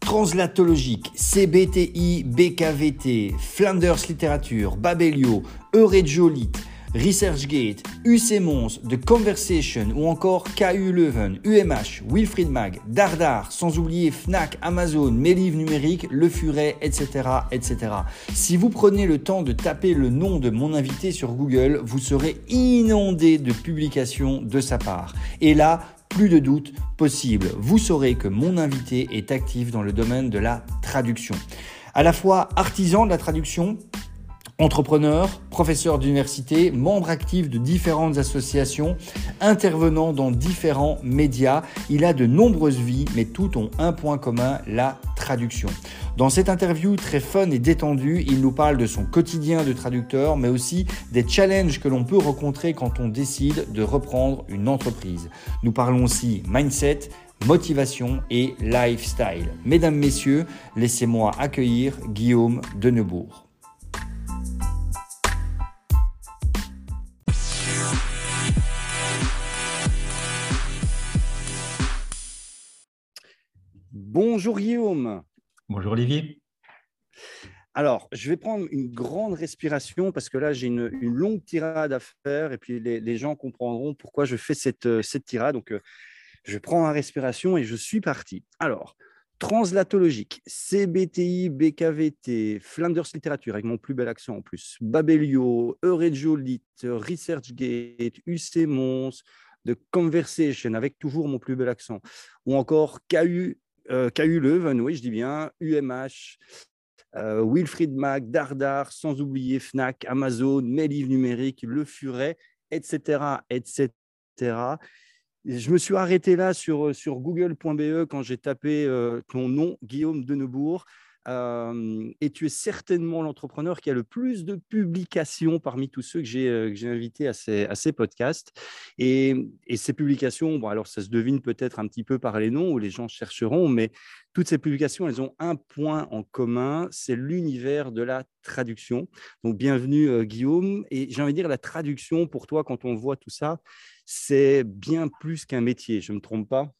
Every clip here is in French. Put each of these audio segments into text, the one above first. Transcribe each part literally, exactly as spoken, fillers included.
Translatologique, C B T I, B K V T, Flanders Literature, Babelio, Euregiolite, ResearchGate, U C Mons, The Conversation ou encore K U Leuven, U M H, Wilfried Mag, Dardar, sans oublier Fnac, Amazon, Mes Livres Numériques, Le Furet, et cetera, et cetera. Si vous prenez le temps de taper le nom de mon invité sur Google, vous serez inondé de publications de sa part. Et là, plus de doute possible. Vous saurez que mon invité est actif dans le domaine de la traduction. À la fois artisan de la traduction, entrepreneur, professeur d'université, membre actif de différentes associations, intervenant dans différents médias, il a de nombreuses vies, mais toutes ont un point commun, la traduction. Dans cette interview très fun et détendue, il nous parle de son quotidien de traducteur, mais aussi des challenges que l'on peut rencontrer quand on décide de reprendre une entreprise. Nous parlons aussi mindset, motivation et lifestyle. Mesdames, messieurs, laissez-moi accueillir Guillaume Denebourg. Bonjour Guillaume. Bonjour Olivier. Alors, je vais prendre une grande respiration parce que là, j'ai une, une longue tirade à faire et puis les, les gens comprendront pourquoi je fais cette, cette tirade. Donc, euh, je prends ma respiration et je suis parti. Alors, translatologique, C B T I, B K V T, Flanders Literature avec mon plus bel accent en plus, Babelio, Euregiolite, ResearchGate, U C Mons, The Conversation avec toujours mon plus bel accent, ou encore K U Euh, K U Leuven, oui, je dis bien, U M H, euh, Wilfried Mag, Dardar, sans oublier Fnac, Amazon, Mes Livres Numériques, Le Furet, et cetera, et cetera. Je me suis arrêté là sur, sur google point b e quand j'ai tapé euh, ton nom, Guillaume Denebourg. Euh, et tu es certainement l'entrepreneur qui a le plus de publications parmi tous ceux que j'ai, euh, que j'ai invités à ces, à ces podcasts. Et, et ces publications, bon, alors ça se devine peut-être un petit peu par les noms où les gens chercheront, mais toutes ces publications, elles ont un point en commun, c'est l'univers de la traduction. Donc, bienvenue euh, Guillaume. Et j'ai envie de dire, la traduction, pour toi, quand on voit tout ça, c'est bien plus qu'un métier, je ne me trompe pas?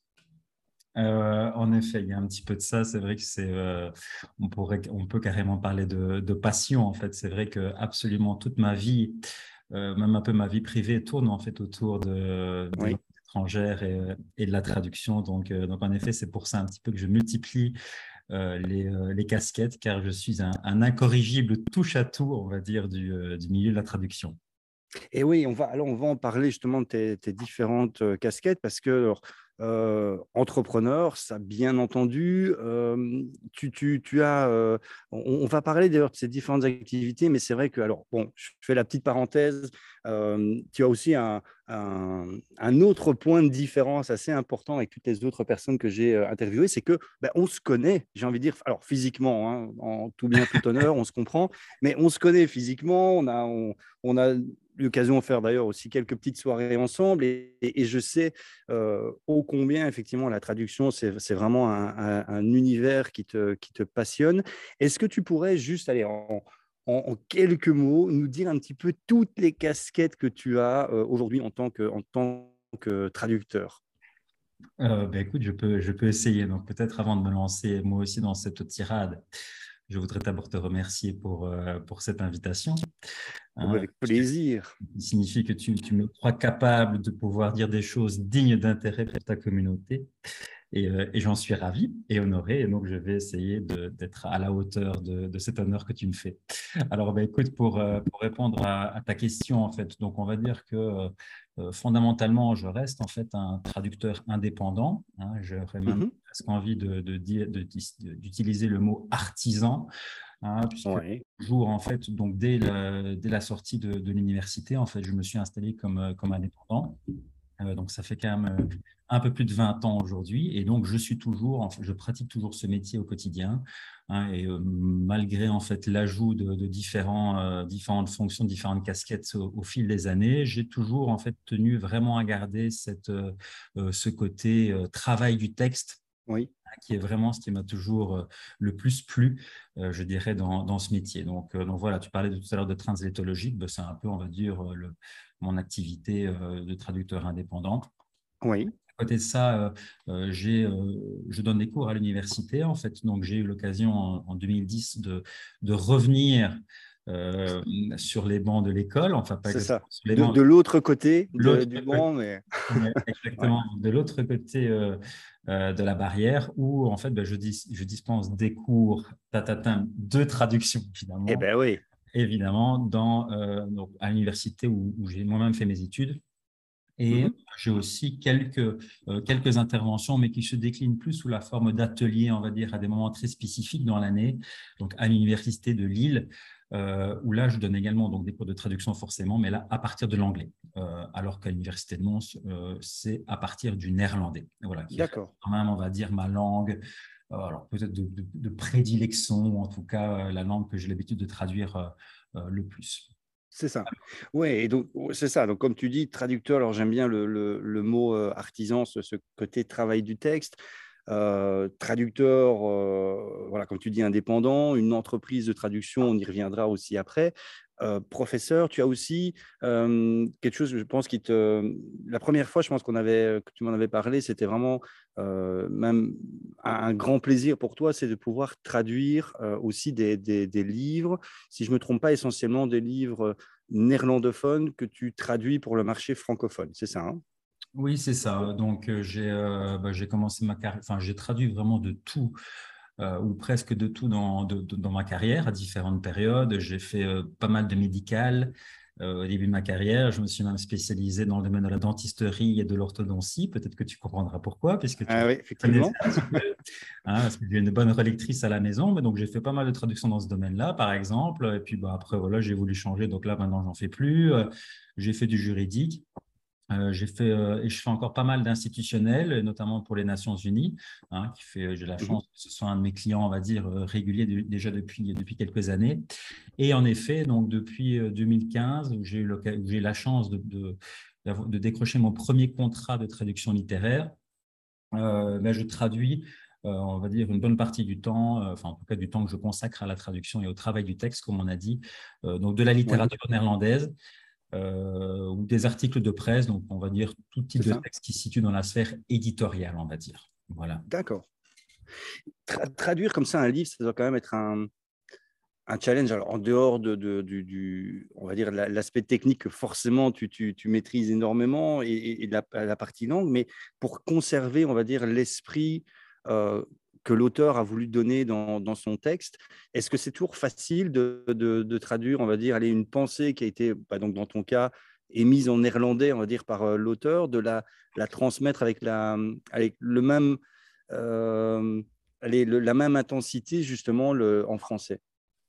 Euh, en effet, il y a un petit peu de ça. C'est vrai que c'est, euh, on pourrait, on peut carrément parler de, de passion. En fait, c'est vrai que absolument toute ma vie, euh, même un peu ma vie privée, tourne en fait autour de, des Oui. langues étrangères et, et de la traduction. Donc, euh, donc en effet, c'est pour ça un petit peu que je multiplie euh, les, euh, les casquettes, car je suis un, un incorrigible touche-à-tout, on va dire, du, euh, du milieu de la traduction. Et oui, on va, alors on va en parler justement de tes, tes différentes euh, casquettes parce que alors, euh, entrepreneur, ça bien entendu, euh, tu, tu, tu as, euh, on, on va parler d'ailleurs de ces différentes activités, mais c'est vrai que, alors bon, je fais la petite parenthèse, euh, tu as aussi un, un, un autre point de différence assez important avec toutes les autres personnes que j'ai euh, interviewées, c'est que ben, on se connaît, j'ai envie de dire, alors physiquement, hein, en tout bien, tout honneur, on se comprend, mais on se connaît physiquement, on a, on, on a l'occasion de faire d'ailleurs aussi quelques petites soirées ensemble et, et, et je sais euh, ô combien effectivement la traduction c'est, c'est vraiment un, un, un univers qui te, qui te passionne. Est-ce que tu pourrais juste aller en, en, en quelques mots nous dire un petit peu toutes les casquettes que tu as euh, aujourd'hui en tant que, en tant que traducteur? Euh, ben écoute, je peux, je peux essayer. Donc, peut-être avant de me lancer moi aussi dans cette tirade, je voudrais d'abord te remercier pour, euh, pour cette invitation. Oh, Hein, avec plaisir. qui signifie que tu, tu me crois capable de pouvoir dire des choses dignes d'intérêt pour ta communauté. Et, euh, et j'en suis ravi et honoré. Et donc, je vais essayer de, d'être à la hauteur de, de cet honneur que tu me fais. Alors, ben, écoute, pour, euh, pour répondre à, à ta question, en fait, donc on va dire que euh, fondamentalement, je reste en fait un traducteur indépendant. Hein, j'aurais même Mm-hmm. presque envie de, de, de, de, d'utiliser le mot artisan. Hein, puisque Ouais. toujours, en fait, donc dès la, dès la sortie de, de l'université, en fait, je me suis installé comme, comme indépendant. Euh, donc, ça fait quand même euh, un peu plus de vingt ans aujourd'hui. Et donc, je suis toujours, en fait, je pratique toujours ce métier au quotidien. Hein, et euh, malgré, en fait, l'ajout de, de différents, euh, différentes fonctions, différentes casquettes au, au fil des années, j'ai toujours, en fait, tenu vraiment à garder cette, euh, ce côté euh, travail du texte Oui. qui est vraiment ce qui m'a toujours euh, le plus plu, euh, je dirais, dans, dans ce métier. Donc, euh, donc voilà, tu parlais de, tout à l'heure de translatologique, ben, c'est un peu, on va dire, euh, le, mon activité euh, de traducteur indépendant. Oui. côté de ça, euh, euh, j'ai, euh, je donne des cours à l'université, en fait. Donc, j'ai eu l'occasion en, en deux mille dix de, de revenir euh, sur les bancs de l'école. Enfin, pas C'est exactement ça. sur les De, bancs, de l'autre côté de de- l'autre du côté. banc, mais Ouais, ouais. exactement, de l'autre côté euh, euh, de la barrière, où en fait, ben, je, dis, je dispense des cours tatatin, de traduction, Eh évidemment, ben oui. évidemment dans, euh, donc, à l'université où, où j'ai moi-même fait mes études. Et Mhm. j'ai aussi quelques, euh, quelques interventions, mais qui se déclinent plus sous la forme d'ateliers, on va dire, à des moments très spécifiques dans l'année. Donc, à l'université de Lille, euh, où là, je donne également donc, des cours de traduction forcément, mais là, à partir de l'anglais. Euh, alors qu'à l'université de Mons, euh, c'est à partir du néerlandais. Voilà, qui reste D'accord. quand même, on va dire, ma langue, euh, alors peut-être de, de, de prédilection, ou en tout cas, euh, la langue que j'ai l'habitude de traduire euh, euh, le plus. C'est ça. Oui, et donc ouais, c'est ça. Donc, comme tu dis, traducteur, alors j'aime bien le, le- le mot euh, artisan, ce, ce côté travail du texte. Euh, traducteur, euh, voilà, comme tu dis, indépendant, une entreprise de traduction, on y reviendra aussi après. Euh, professeur, tu as aussi euh, quelque chose, je pense, qui te. La première fois, je pense qu'on avait, que tu m'en avais parlé, c'était vraiment euh, même un, un grand plaisir pour toi, c'est de pouvoir traduire euh, aussi des, des- des livres, si je ne me trompe pas, essentiellement des livres néerlandophones que tu traduis pour le marché francophone. C'est ça, hein? Oui, c'est ça. Donc, euh, j'ai euh, bah, j'ai commencé ma carrière, enfin, j'ai traduit vraiment de tout, euh, ou presque de tout dans, de- de- dans ma carrière à différentes périodes. J'ai fait euh, pas mal de médical euh, au début de ma carrière. Je me suis même spécialisé dans le domaine de la dentisterie et de l'orthodontie. Peut-être que tu comprendras pourquoi, puisque tu Ah oui, connais effectivement. un petit peu, hein, parce que j'ai une bonne relectrice à la maison. Mais donc, j'ai fait pas mal de traductions dans ce domaine-là, par exemple. Et puis, bah, après, voilà, j'ai voulu changer. Donc là, maintenant, j'en fais plus. Euh, j'ai fait du juridique. Euh, j'ai fait euh, et je fais encore pas mal d'institutionnels, et notamment pour les Nations Unies, hein, qui fait, j'ai la Mhm. chance que ce soit un de mes clients, on va dire, euh, réguliers de- déjà depuis, depuis quelques années. Et en effet, donc depuis euh, deux mille quinze, où j'ai eu, l'occa- où j'ai eu la chance de, de, d'avoir- de décrocher mon premier contrat de traduction littéraire, euh, ben, je traduis, euh, on va dire, une bonne partie du temps, euh, enfin en tout cas du temps que je consacre à la traduction et au travail du texte, comme on a dit, euh, donc de la Oui, littérature néerlandaise euh, ou des articles de presse, donc on va dire tout type c'est de ça. texte qui se situe dans la sphère éditoriale, on va dire. Voilà. D'accord. Tra- traduire comme ça un livre, ça doit quand même être un, un challenge. Alors, en dehors de, de- du, du- on va dire, la- l'aspect technique que forcément tu, tu- tu maîtrises énormément et, et- et la, la partie langue, mais pour conserver, on va dire, l'esprit euh, que l'auteur a voulu donner dans, dans son texte, est-ce que c'est toujours facile de, de- de traduire, on va dire, aller une pensée qui a été, bah, donc dans ton cas, émise en néerlandais, on va dire, par euh, l'auteur, de la, la transmettre avec, la, avec le même, euh, allez, le- la même intensité, justement, le, en français?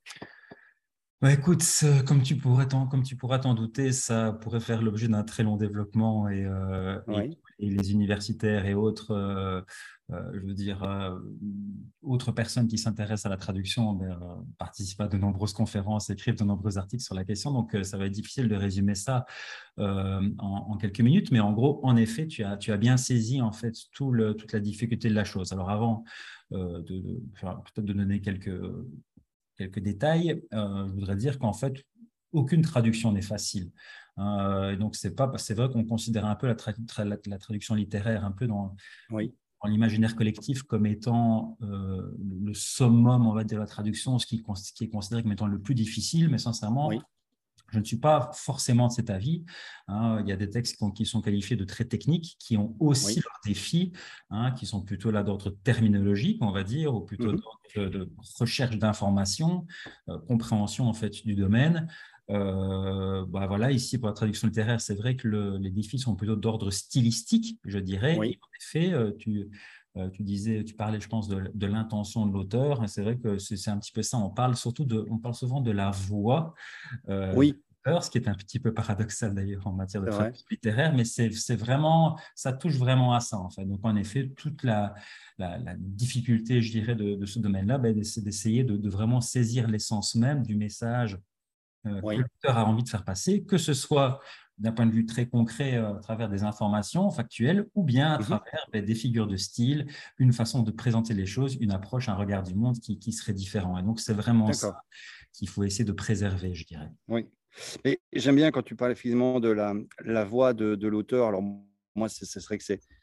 Bah, écoute, euh, comme tu pourrais t'en, comme tu pourras t'en douter, ça pourrait faire l'objet d'un très long développement et, euh, et, Oui. et les universitaires et autres, euh, euh, je veux dire, euh, autres personnes qui s'intéressent à la traduction ben, euh, participent à de nombreuses conférences, écrivent de nombreux articles sur la question. Donc, euh, ça va être difficile de résumer ça euh, en, en quelques minutes. Mais en gros, en effet, tu as, tu as bien saisi en fait tout le, toute la difficulté de la chose. Alors, avant euh, de, de- enfin, peut-être de donner quelques quelques détails, euh, je voudrais dire qu'en fait, aucune traduction n'est facile. Euh, donc, c'est pas, c'est vrai qu'on considère un peu la, tra tra la, la, traduction littéraire un peu dans, Oui. dans l'imaginaire collectif comme étant euh, le summum, on va dire, de la traduction, ce qui, ce qui est considéré comme étant le plus difficile, mais sincèrement, Oui. je ne suis pas forcément de cet avis. Hein. Il y a des textes qui sont qualifiés de très techniques, qui ont aussi Oui. leurs défis, hein, qui sont plutôt là d'ordre terminologique, on va dire, ou plutôt Mhm. d'ordre de, de recherche d'informations, euh, compréhension en fait du domaine. Euh, bah voilà, ici pour la traduction littéraire, c'est vrai que le, les défis sont plutôt d'ordre stylistique, je dirais. Et Oui. en effet, euh, tu, euh, tu disais, tu parlais, je pense, de, de l'intention de l'auteur. C'est vrai que c'est un petit peu ça. On parle surtout de, on parle souvent de la voix euh, Oui, ce qui est un petit peu paradoxal d'ailleurs en matière de c'est vrai. traduction littéraire, mais c'est vraiment, ça touche vraiment à ça en fait. Donc en effet, toute la, la, la difficulté, je dirais, de, de ce domaine-là, ben, c'est d'essayer de, de vraiment saisir l'essence même du message euh, que Oui. l'auteur a envie de faire passer, que ce soit d'un point de vue très concret euh, à travers des informations factuelles ou bien à Mhm. travers ben, des figures de style, une façon de présenter les choses, une approche, un regard du monde qui, qui serait différent. Et donc, c'est vraiment ça D'accord. qu'il faut essayer de préserver, je dirais. Oui. Mais j'aime bien quand tu parles finalement de la, la voix de, de l'auteur. Alors, moi, ce serait que c'est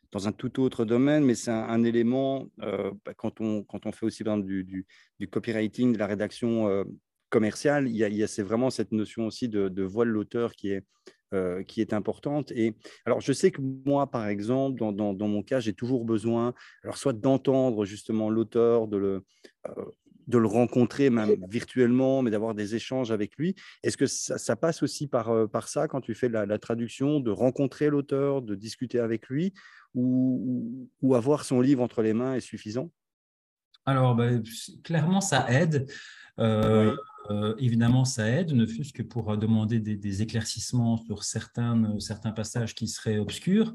dans un tout autre domaine, mais c'est un, un élément, euh, bah, quand, on, quand on fait aussi par exemple, du, du, du copywriting, de la rédaction euh, commerciale, il y a, il y a c'est vraiment cette notion aussi de, de voix de l'auteur qui est, euh, qui est importante. Et alors, je sais que moi, par exemple, dans, dans, dans mon cas, j'ai toujours besoin, alors soit d'entendre justement l'auteur, de le, euh, de le rencontrer même virtuellement, mais d'avoir des échanges avec lui. Est-ce que ça, ça passe aussi par, euh, par ça quand tu fais la, la traduction, de rencontrer l'auteur, de discuter avec lui, ou, ou avoir son livre entre les mains est suffisant? Alors, bah, clairement, ça aide. Euh, Oui, euh, évidemment, ça aide, ne fût-ce que pour demander des, des éclaircissements sur certains, certains passages qui seraient obscurs,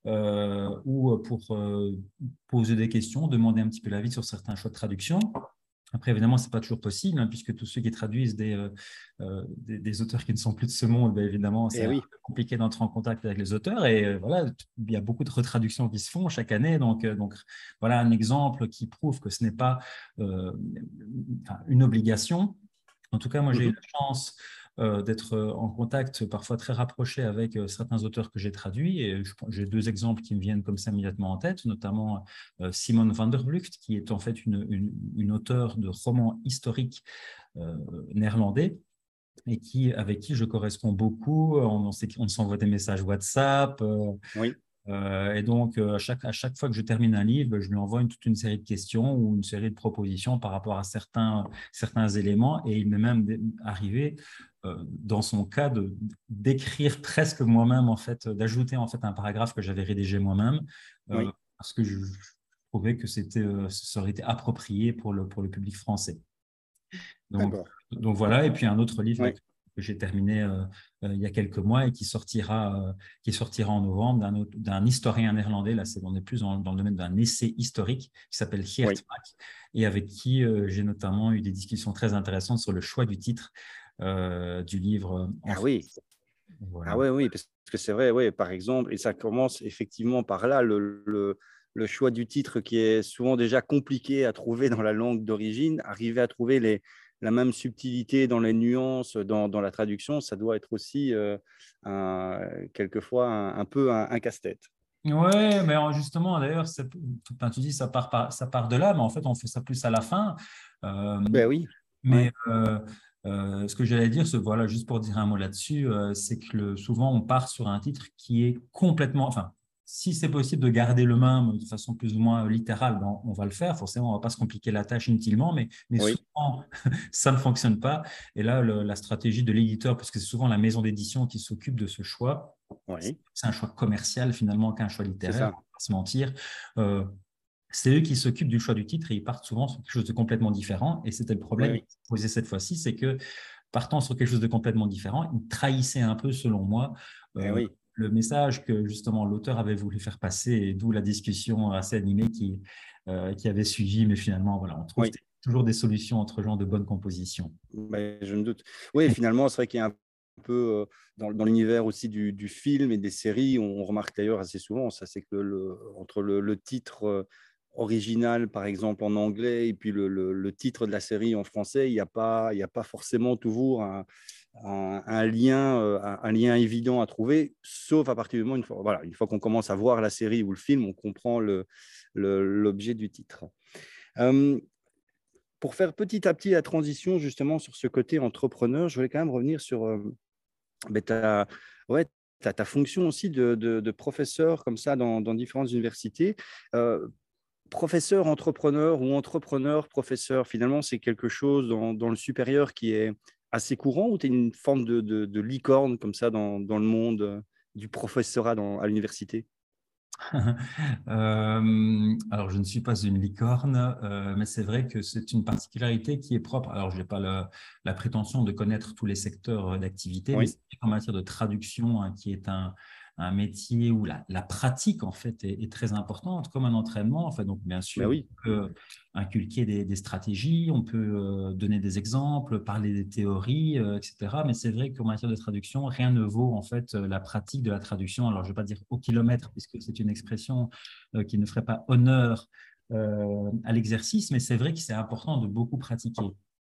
euh, ou pour euh, poser des questions, demander un petit peu l'avis sur certains choix de traduction. Après, évidemment, ce n'est pas toujours possible, hein, puisque tous ceux qui traduisent des, euh, euh, des, des auteurs qui ne sont plus de ce monde, ben, évidemment, c'est et un oui, peu compliqué d'entrer en contact avec les auteurs. Et euh, voilà, il y a beaucoup de retraductions qui se font chaque année. Donc, euh, donc voilà un exemple qui prouve que ce n'est pas euh, enfin, une obligation. En tout cas, moi, j'ai eu mhm, la chance euh, d'être en contact parfois très rapproché avec euh, certains auteurs que j'ai traduits. Et j'ai deux exemples qui me viennent comme ça immédiatement en tête, notamment euh, Simone van der Vlucht, qui est en fait une, une, une auteure de romans historiques euh, néerlandais et qui, avec qui je corresponds beaucoup. On, on, on s'envoie des messages WhatsApp. Euh, oui, euh, et donc, euh, à, chaque, à chaque fois que je termine un livre, je lui envoie une, toute une série de questions ou une série de propositions par rapport à certains, certains éléments. Et il m'est même arrivé, euh, dans son cas, de, d'écrire presque moi-même, en fait, d'ajouter en fait un paragraphe que j'avais rédigé moi-même, euh, oui, parce que je, je trouvais que c'était, euh, ça aurait été approprié pour le, pour le public français. Donc, d'accord. donc voilà, et puis un autre livre là, Oui, que j'ai terminé euh, euh, il y a quelques mois et qui sortira, euh, qui sortira en novembre d'un, autre- d'un historien néerlandais, là c'est, on est plus dans, dans le domaine d'un essai historique qui s'appelle Geert oui. Mak et avec qui euh, j'ai notamment eu des discussions très intéressantes sur le choix du titre euh, du livre euh, en Ah France. oui, ah Voilà. ouais, oui, parce que c'est vrai, oui, par exemple, et ça commence effectivement par là, le, le, le choix du titre qui est souvent déjà compliqué à trouver dans la langue d'origine, arriver à trouver les, la même subtilité dans les nuances, dans, dans la traduction, ça doit être aussi euh, un, quelquefois un, un peu un, un casse-tête. Ouais, mais en- justement, d'ailleurs, c'est- enfin, tu dis ça part, par- ça part de là, mais en fait, on fait ça plus à la fin. Euh, Ben oui, Mais ouais, euh, euh, ce que j'allais dire, c'est, voilà, juste pour dire un mot là-dessus, euh, c'est que le- souvent on part sur un titre qui est complètement, enfin, si c'est possible de garder le même de façon plus ou moins littérale, ben, on va le faire. Forcément, on ne va pas se compliquer la tâche inutilement, mais, mais oui, souvent ça ne fonctionne pas. Et là, le- la stratégie de l'éditeur, parce que c'est souvent la maison d'édition qui s'occupe de ce choix, oui, c'est un choix commercial finalement qu'un choix c'est littéraire, on ça. ne va pas se mentir. Euh, c'est eux qui s'occupent du choix du titre et ils partent souvent sur quelque chose de complètement différent. Et c'était le Oui, problème oui, qui s'est posé cette fois-ci, c'est que partant sur quelque chose de complètement différent, ils trahissaient un peu, selon moi, eh euh, oui. le message que justement l'auteur avait voulu faire passer, et d'où la discussion assez animée qui, euh, qui avait suivi. Mais finalement, voilà, on trouve Oui. toujours des solutions entre gens de bonne composition. Ben, je me doute. Oui, finalement, c'est vrai qu'il y a un peu euh, dans, dans l'univers aussi du, du film et des séries, on, on remarque d'ailleurs assez souvent, ça c'est que le, entre le, le titre euh, original, par exemple en anglais, et puis le, le, le titre de la série en français, il n'y a pas, il y a pas forcément toujours un, un, un lien, euh, un, un, lien évident à trouver, sauf à partir du moment, une fois, voilà, une fois qu'on commence à voir la série ou le film, on comprend le, le, l'objet du titre. Euh, pour faire petit à petit la transition justement sur ce côté entrepreneur, je voulais quand même revenir sur euh, ben, ta, ouais, ta, ta fonction aussi de, de, de professeur comme ça dans, dans différentes universités. Euh, professeur, entrepreneur ou entrepreneur, professeur, finalement, c'est quelque chose dans, dans le supérieur qui est assez courant ou tu es une forme de, de, de licorne comme ça dans, dans le monde euh, du professorat dans, à l'université? Euh, alors, je ne suis pas une licorne, euh, mais c'est vrai que c'est une particularité qui est propre. Alors, je n'ai pas le- la prétention de connaître tous les secteurs d'activité, mais Oui, c'est en matière de traduction, hein, qui est un, un métier où la, la pratique, en fait, est, est très importante, comme un entraînement. En fait, donc, bien ben sûr, oui, on peut inculquer des, des stratégies, on peut euh, donner des exemples, parler des théories, euh, et cetera. Mais c'est vrai qu'en matière de traduction, rien ne vaut, en fait, la pratique de la traduction. Alors, je ne vais pas dire au kilomètre, puisque c'est une expression euh, qui ne ferait pas honneur euh, à l'exercice, mais c'est vrai que c'est important de beaucoup pratiquer.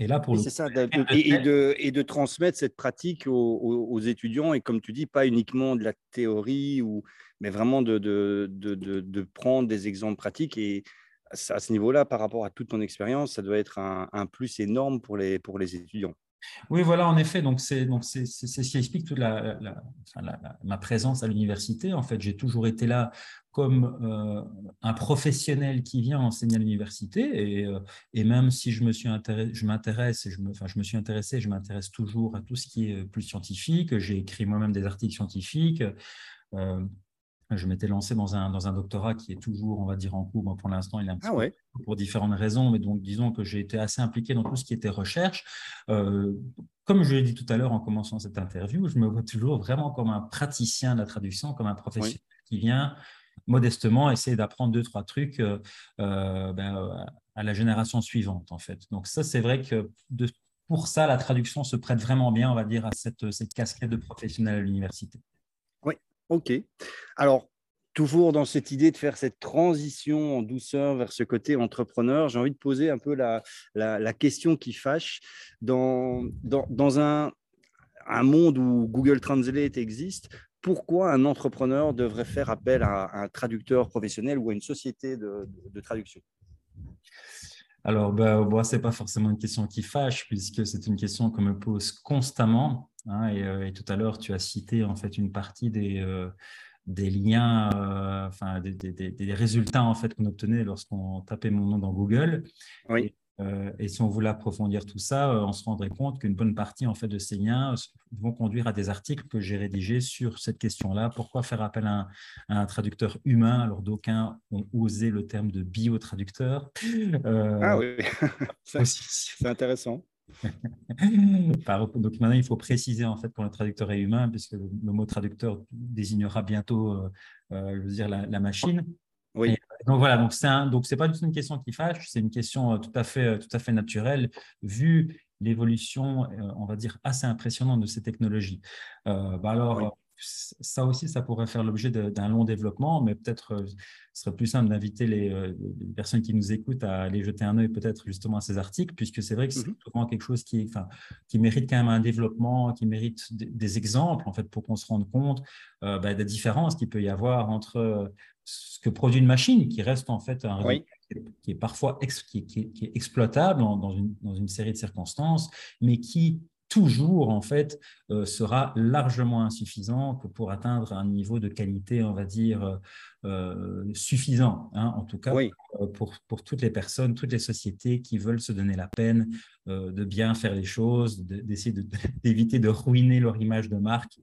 Et là, pour Oui, le c'est coup, ça, de- de- et, et de, et de transmettre cette pratique aux, aux- aux étudiants, et comme tu dis, pas uniquement de la théorie, ou, mais vraiment de, de, de, de- de prendre des exemples pratiques. Et à ce niveau-là, par rapport à toute ton expérience, ça doit être un, un plus énorme pour les, pour les étudiants. Oui, voilà, en effet. Donc, c'est donc c'est c'est- c'est ce qui explique toute la, la- enfin, la- la- ma présence à l'université. En fait, j'ai toujours été là comme euh, un professionnel qui vient enseigner à l'université. Et, euh, et même si je me suis intéressé, je m'intéresse, et je me, enfin, je me suis intéressé, je m'intéresse toujours à tout ce qui est plus scientifique. J'ai écrit moi-même des articles scientifiques. Euh, je m'étais lancé dans un, dans un doctorat qui est toujours, on va dire, en cours. Bon, pour l'instant, il est un petit Ah peu ouais, pour différentes raisons, mais donc disons que j'ai été assez impliqué dans tout ce qui était recherche. Euh, comme je l'ai dit tout à l'heure en commençant cette interview, je me vois toujours vraiment comme un praticien de la traduction, comme un oui. professionnel qui vient modestement essayer d'apprendre deux, trois trucs euh, euh, ben, à la génération suivante, en fait. Donc ça, c'est vrai que de, pour ça, la traduction se prête vraiment bien, on va dire, à cette, cette casquette de professionnel à l'université. Oui, ok. Alors, toujours dans cette idée de faire cette transition en douceur vers ce côté entrepreneur, j'ai envie de poser un peu la, la, la question qui fâche. Dans, dans, dans un, un monde où Google Translate existe, pourquoi un entrepreneur devrait faire appel à, à un traducteur professionnel ou à une société de, de, de traduction? Alors, bah, bon, ce n'est pas forcément une question qui fâche, puisque c'est une question qu'on me pose constamment, hein, et, euh, et tout à l'heure, tu as cité en fait une partie des, euh, des liens, euh, enfin des, des- des- des résultats en fait qu'on obtenait lorsqu'on tapait mon nom dans Google. Oui. Et, euh, et si on voulait approfondir tout ça, euh, on se rendrait compte qu'une bonne partie en fait de ces liens vont conduire à des articles que j'ai rédigés sur cette question-là. Pourquoi faire appel à un, à un traducteur humain alors d'aucuns ont osé le terme de biotraducteur. Ah Euh, oui, aussi. c'est intéressant. Par- Donc maintenant, il faut préciser en fait quand le traducteur est humain, puisque le, le mot traducteur désignera bientôt, euh, euh, je veux dire, la, la machine. Et Oui. donc voilà, donc c'est un, donc c'est pas du tout une question qui fâche, c'est une question euh, tout à fait, euh, tout à fait naturelle vu l'évolution, euh, on va dire assez impressionnante de ces technologies. Euh, bah alors, euh, Oui. ça aussi, ça pourrait faire l'objet de- d'un long développement, mais peut-être euh, ce serait plus simple d'inviter les, euh, les personnes qui nous écoutent à aller jeter un œil peut-être justement à ces articles, puisque c'est vrai que c'est Mhm. souvent quelque chose qui, enfin, qui mérite quand même un développement, qui mérite des, des exemples en fait pour qu'on se rende compte euh, bah, des différences qu'il peut y avoir entre euh, ce que produit une machine, qui reste en fait un résultat Oui. qui est, qui est parfois ex, qui, qui, qui est exploitable en, dans, une, dans une série de circonstances, mais qui toujours en fait euh, sera largement insuffisant que pour atteindre un niveau de qualité, on va dire, euh, suffisant, hein, en tout cas Oui. pour, pour, pour, toutes les personnes, toutes les sociétés qui veulent se donner la peine euh, de bien faire les choses, d'essayer de, d'éviter de ruiner leur image de marque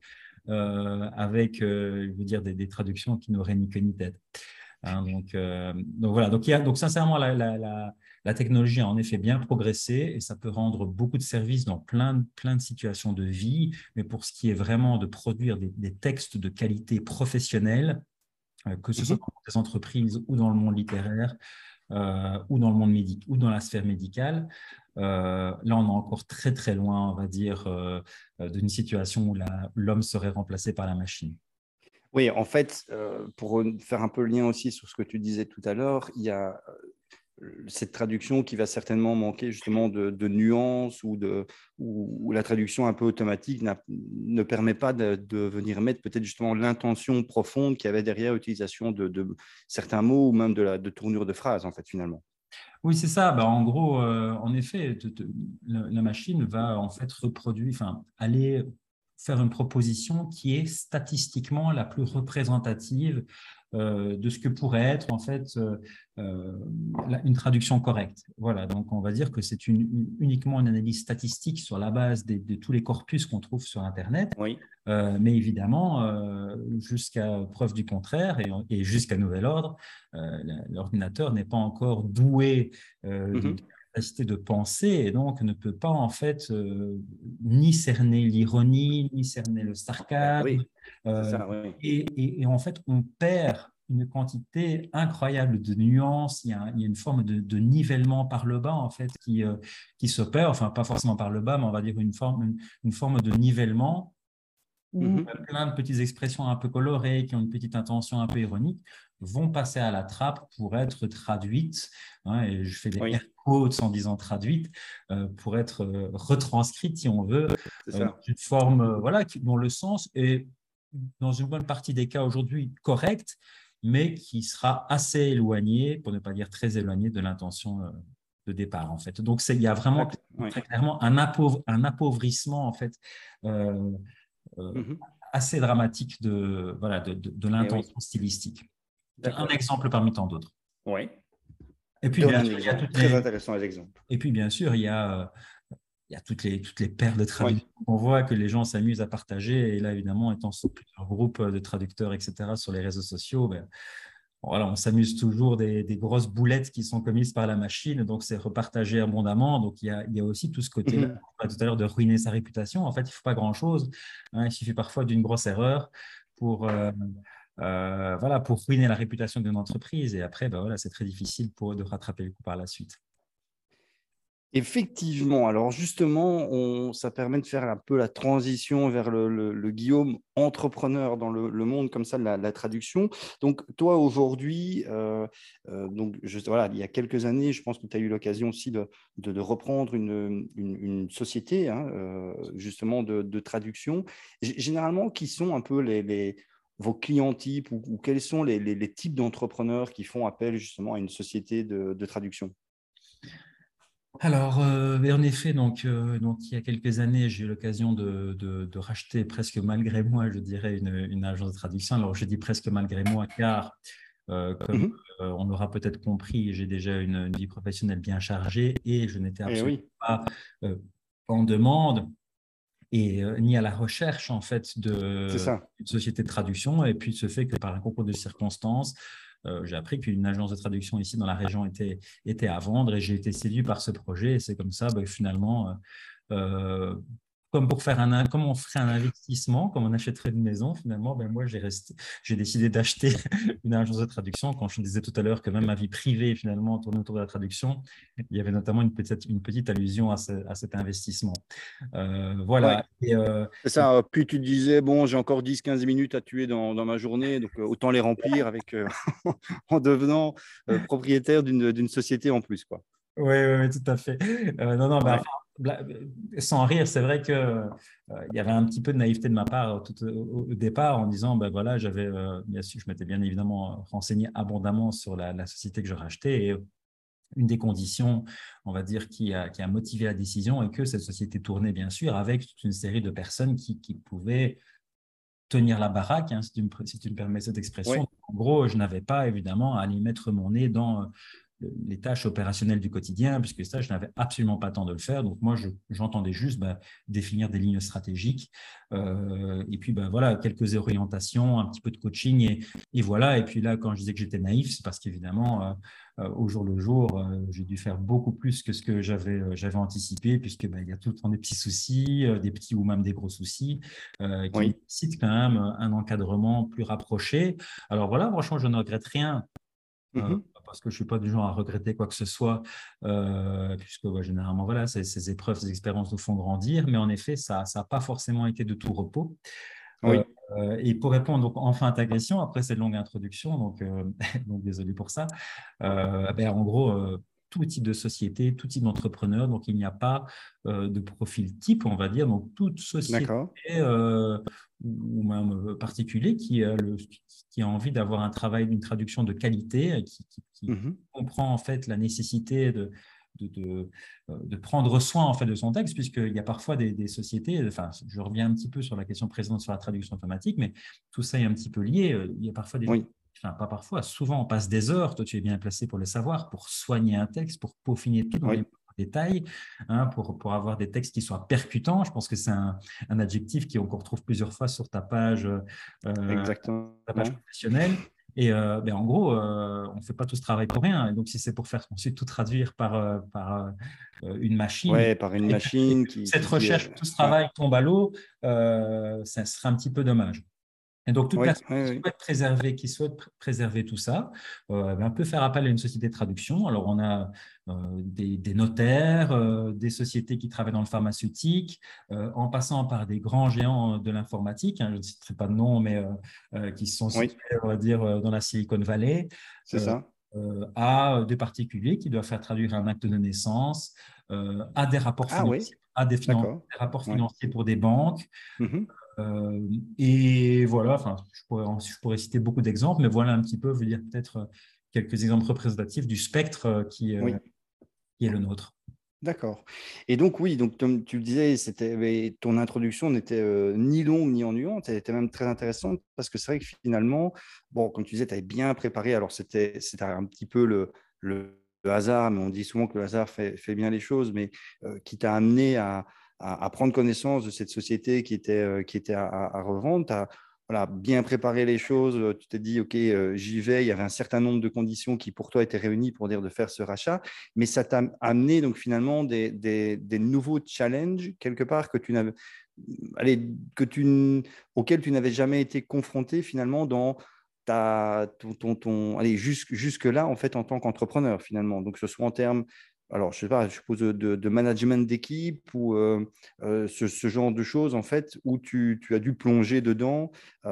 euh, avec, euh, je veux dire, des, des traductions qui n'auraient ni queue ni tête. Hein, donc, euh, donc voilà, donc, il y a, donc sincèrement, la, la, la, la technologie a en effet bien progressé et ça peut rendre beaucoup de services dans plein, de- plein de situations de vie, mais pour ce qui est vraiment de produire des, des textes de qualité professionnelle, euh, que ce soit Mhm. dans des entreprises ou dans le monde littéraire, euh, ou dans le monde médical, ou dans la sphère médicale, euh, là, on est encore très, très loin, on va dire, euh, euh, d'une situation où la- l'homme serait remplacé par la machine. Oui, en fait, euh, pour faire un peu le lien aussi sur ce que tu disais tout à l'heure, il y a euh, cette traduction qui va certainement manquer justement de, de nuances, ou, de, ou, ou la traduction un peu automatique n'a- ne permet pas de, de venir mettre peut-être justement l'intention profonde qu'il y avait derrière l'utilisation de, de certains mots, ou même de la de tournure de phrases, en fait, finalement. Oui, c'est ça. Bah, en gros, euh, en effet, te- te- la, la machine va en fait reproduire, enfin, aller faire une proposition qui est statistiquement la plus représentative euh, de ce que pourrait être en fait euh, euh, la- une traduction correcte. Voilà, donc on va dire que c'est une, une- uniquement une analyse statistique sur la base des- de tous les corpus qu'on trouve sur Internet. Oui. Euh, mais évidemment, euh, jusqu'à preuve du contraire et, et jusqu'à nouvel ordre, euh, l'ordinateur n'est pas encore doué euh, de, de Mhm. capacité de penser et donc ne peut pas en fait euh, ni cerner l'ironie, ni cerner le Ben sarcasme. oui, c'est Euh, ça, oui. et, et- et en fait, on perd une quantité incroyable de nuances. Il y a, il y a une forme de, de nivellement par le bas en fait qui, euh, qui s'opère, enfin pas forcément par le bas, mais on va dire une forme, une, une forme de nivellement où plein de petites expressions un peu colorées, qui ont une petite intention un peu ironique, vont passer à la trappe pour être traduites, hein, et je fais des Oui, air quotes en disant traduites, euh, pour être euh, retranscrites, si on veut, c'est euh, ça. dans une forme euh, voilà, qui, dont le sens est, dans une bonne partie des cas aujourd'hui, correct, mais qui sera assez éloigné, pour ne pas dire très éloigné, de l'intention euh, de départ, en fait. Donc, il y a vraiment Oui. très clairement un, appauvr un appauvrissement, en fait, euh, euh, Mhm. assez dramatique de, voilà, de, de, de Et oui, l'intention stylistique. C'est un d'accord. exemple parmi tant d'autres. Oui. Et puis, Donne bien un sûr, il y a exemple. toutes Très les, intéressant les exemples. et puis, bien sûr, il y a, euh, il y a toutes les, toutes les paires de Oui. traductions qu'on voit, que les gens s'amusent à partager. Et là, évidemment, étant sur plusieurs groupes de traducteurs, et cetera, sur les réseaux sociaux, ben, voilà, on s'amuse toujours des, des grosses boulettes qui sont commises par la machine, donc c'est repartagé abondamment. Donc il y a, il y a aussi tout ce côté-là, Mhm. on parlait tout à l'heure, de ruiner sa réputation. En fait, il ne faut pas grand-chose, hein, il suffit parfois d'une grosse erreur pour, euh, euh, voilà, pour ruiner la réputation d'une entreprise. Et après, ben voilà, c'est très difficile pour, de rattraper le coup par la suite. Effectivement. Alors justement, on, ça permet de faire un peu la transition vers le, le- le Guillaume entrepreneur dans le, le monde comme ça de la, la traduction. Donc toi aujourd'hui, euh, euh, donc je, voilà, il y a quelques années, je pense que tu as eu l'occasion aussi de, de- de reprendre une, une- une société, hein, euh, justement de, de traduction. G- Généralement, qui sont un peu les, les- vos clients types, ou, ou quels sont les, les- les types d'entrepreneurs qui font appel justement à une société de, de traduction? Alors, euh, mais en effet, donc, euh, donc, il y a quelques années, j'ai eu l'occasion de, de- de racheter presque malgré moi, je dirais, une, une agence de traduction. Alors, je dis presque malgré moi, car euh, comme Mhm. euh, on l'aura peut-être compris, j'ai déjà une, une vie professionnelle bien chargée et je n'étais Eh absolument oui, pas euh, en demande et euh, ni à la recherche en fait c'est de ça. une société de traduction. Et puis, ce fait que par un concours de circonstances, euh, j'ai appris qu'une agence de traduction ici dans la région était, était à vendre et j'ai été séduit par ce projet. Et c'est comme ça, ben, finalement, euh, euh, comme pour faire un, comme on ferait un investissement, comme on achèterait une maison, finalement, ben moi, j'ai resté, j'ai décidé d'acheter une agence de traduction. Quand je disais tout à l'heure que même ma vie privée, finalement, tournait autour de la traduction, il y avait notamment une petite, une petite allusion à, ce, à cet investissement. Euh, Oui, voilà. Et, euh, c'est et ça. euh, Puis tu te disais, bon, j'ai encore dix quinze minutes à tuer dans, dans ma journée, donc euh, autant les remplir avec, euh, en devenant euh, propriétaire d'une d'une société en plus, quoi. oui, oui, oui, tout à fait. Euh, non, non, bah, Ouais. enfin, bla- sans rire, c'est vrai que euh, il y avait un petit peu de naïveté de ma part tout au, au départ en disant, ben voilà, j'avais, euh, bien sûr, je m'étais bien évidemment renseigné abondamment sur la, la société que je rachetais et une des conditions, on va dire, qui a, qui a motivé la décision et que cette société tournait bien sûr avec toute une série de personnes qui, qui pouvaient tenir la baraque, hein, si, tu me, si tu me permets cette Oui. expression. En gros, je n'avais pas évidemment à aller mettre mon nez dans euh, les tâches opérationnelles du quotidien, puisque ça, je n'avais absolument pas le temps de le faire. Donc, moi, je, j'entendais juste bah, définir des lignes stratégiques euh, et puis bah, voilà, quelques orientations, un petit peu de coaching et, et voilà. Et puis là, quand je disais que j'étais naïf, c'est parce qu'évidemment, euh, euh, au jour le jour, euh, j'ai dû faire beaucoup plus que ce que j'avais, euh, j'avais anticipé, puisque bah, il y a tout le temps des petits soucis, euh, des petits ou même des gros soucis euh, qui Oui. nécessitent quand même un encadrement plus rapproché. Alors voilà, franchement, je ne regrette rien. Euh, Mhm. parce que je ne suis pas du genre à regretter quoi que ce soit, euh, puisque ouais, généralement, voilà, ces, ces épreuves, ces expériences nous font grandir, mais en effet, ça n'a pas forcément été de tout repos. Euh, Oui. euh, et pour répondre donc, enfin à ta question, après cette longue introduction, donc, euh, donc désolé pour ça, euh, ben, en gros, euh, tout type de société, tout type d'entrepreneur, donc il n'y a pas euh, de profil type, on va dire, donc toute société D'accord. euh, ou même euh, particulier qui, a le, qui a envie d'avoir un travail, une traduction de qualité, euh, qui, qui- qui Mhm. comprend en fait la nécessité de, de, de, euh, de prendre soin en fait de son texte, puisqu'il y a parfois des, des sociétés, enfin, je reviens un petit peu sur la question précédente sur la traduction automatique, mais tout ça est un petit peu lié. Euh, Il y a parfois des gens, Oui. enfin pas parfois, souvent on passe des heures, toi tu es bien placé pour le savoir, pour soigner un texte, pour peaufiner tout dans les Oui. détails, hein, pour, pour avoir des textes qui soient percutants. Je pense que c'est un, un adjectif qui, qu'on retrouve plusieurs fois sur ta page, euh, ta page Exactement. professionnelle. Et euh, ben, en gros, euh, on ne fait pas tout ce travail pour rien. Et donc, si c'est pour faire ensuite tout traduire par, euh, par euh, une machine, Ouais, par une et que, et machine que qui, cette qui, qui, euh, recherche, tout ce ouais. travail tombe à l'eau, euh, ça serait un petit peu dommage. Et donc, toute Oui, personne oui, qui oui. souhaite préserver, qui souhaite pr- préserver tout ça, euh, ben, peut faire appel à une société de traduction. Alors, on a euh, des, des notaires, euh, des sociétés qui travaillent dans le pharmaceutique, euh, en passant par des grands géants de l'informatique, hein, je ne citerai pas de nom, mais euh, euh, qui sont Oui, situés, on va dire, euh, dans la Silicon Valley, c'est euh, ça. euh, à des particuliers qui doivent faire traduire un acte de naissance, euh, à des rapports Ah oui, financiers, à des, finan- d'accord. des rapports Ouais. financiers pour des banques. Mhm. Euh, et voilà, enfin, je pourrais, je pourrais citer beaucoup d'exemples, mais voilà un petit peu, je veux dire, peut-être euh, quelques exemples représentatifs du spectre euh, qui, euh, Oui. qui est le nôtre. D'accord. Et donc, oui, donc, comme tu le disais, c'était, mais ton introduction n'était euh, ni longue ni ennuyante, elle était même très intéressante parce que c'est vrai que finalement, bon, comme tu disais, tu avais bien préparé. Alors, c'était, c'était un petit peu le, le, le hasard, mais on dit souvent que le hasard fait, fait bien les choses, mais euh, qui t'a amené à, à, à prendre connaissance de cette société qui était, euh, qui était à, à revendre. Tu as voilà, bien préparé les choses. Tu t'es dit, OK, euh, j'y vais. Il y avait un certain nombre de conditions qui, pour toi, étaient réunies pour dire de faire ce rachat, mais ça t'a amené donc finalement des, des, des nouveaux challenges quelque part que tu n'avais, allez, que tu, auxquels tu n'avais jamais été confronté finalement dans ta, ton, ton, ton allez, jusque, jusque-là en fait en tant qu'entrepreneur finalement. Donc, que ce soit en termes, alors je sais pas, je suppose de, de, de management d'équipe ou euh, euh, ce, ce, genre de choses en fait où tu, tu as dû plonger dedans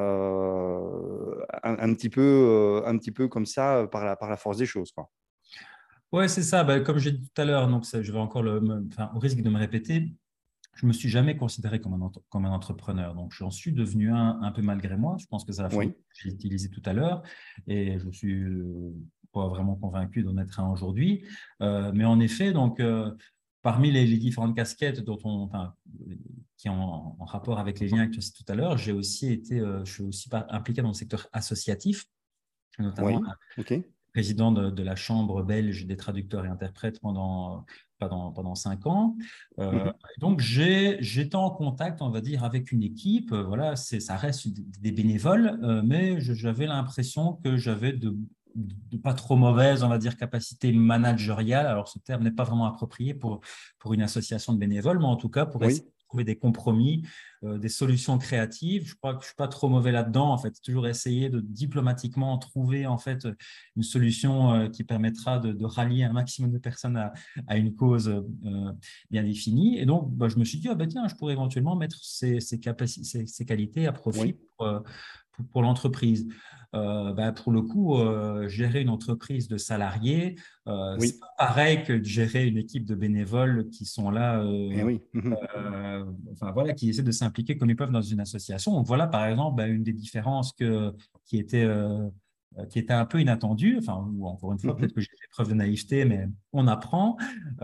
euh, un, un, petit peu, euh, un petit peu comme ça par la, par la force des choses, quoi. Ouais, c'est ça. Ben, comme j'ai dit tout à l'heure, donc ça, je vais encore le, me- enfin, au risque de me répéter, je me suis jamais considéré comme un, entre- comme un entrepreneur. Donc, j'en suis devenu un un peu malgré moi. Je pense que c'est la formule Oui, que j'ai utilisée tout à l'heure et je suis euh, pas vraiment convaincu d'en être un aujourd'hui. Euh, mais en effet, donc, euh, parmi les, les différentes casquettes dont on, enfin, qui ont en, en rapport avec les liens que tu as cités tout à l'heure, j'ai aussi été, euh, je suis aussi pas- impliqué dans le secteur associatif, notamment oui, ok, président de, de la Chambre belge des traducteurs et interprètes pendant, pendant, pendant cinq ans. Euh, mhm, donc, j'ai, j'étais en contact, on va dire, avec une équipe. Euh, Voilà, c'est, ça reste des, des bénévoles, euh, mais je- j'avais l'impression que j'avais de, de pas trop mauvaises, on va dire, capacités managériales. Alors, ce terme n'est pas vraiment approprié pour, pour une association de bénévoles, mais en tout cas, pour essayer oui, de trouver des compromis, euh, des solutions créatives. Je crois que je suis pas trop mauvais là-dedans, en fait. Toujours essayer de diplomatiquement trouver, en fait, une solution euh, qui permettra de, de rallier un maximum de personnes à, à une cause euh, bien définie. Et donc, bah, je me suis dit, ah, bah, tiens, je pourrais éventuellement mettre ces, ces, capaci- ces, ces qualités à profit oui, pour, euh, pour, pour l'entreprise. Euh, bah, pour le coup, euh, gérer une entreprise de salariés, euh, c'est oui, pas pareil que de gérer une équipe de bénévoles qui sont là, et euh, oui, mhm, euh, enfin voilà, qui essaient de s'impliquer comme ils peuvent dans une association. Donc voilà, par exemple, bah, une des différences que, qui était euh, euh, qui était un peu inattendu. Enfin, ou encore une fois, mhm, peut-être que j'ai fait preuve de naïveté, mais on apprend.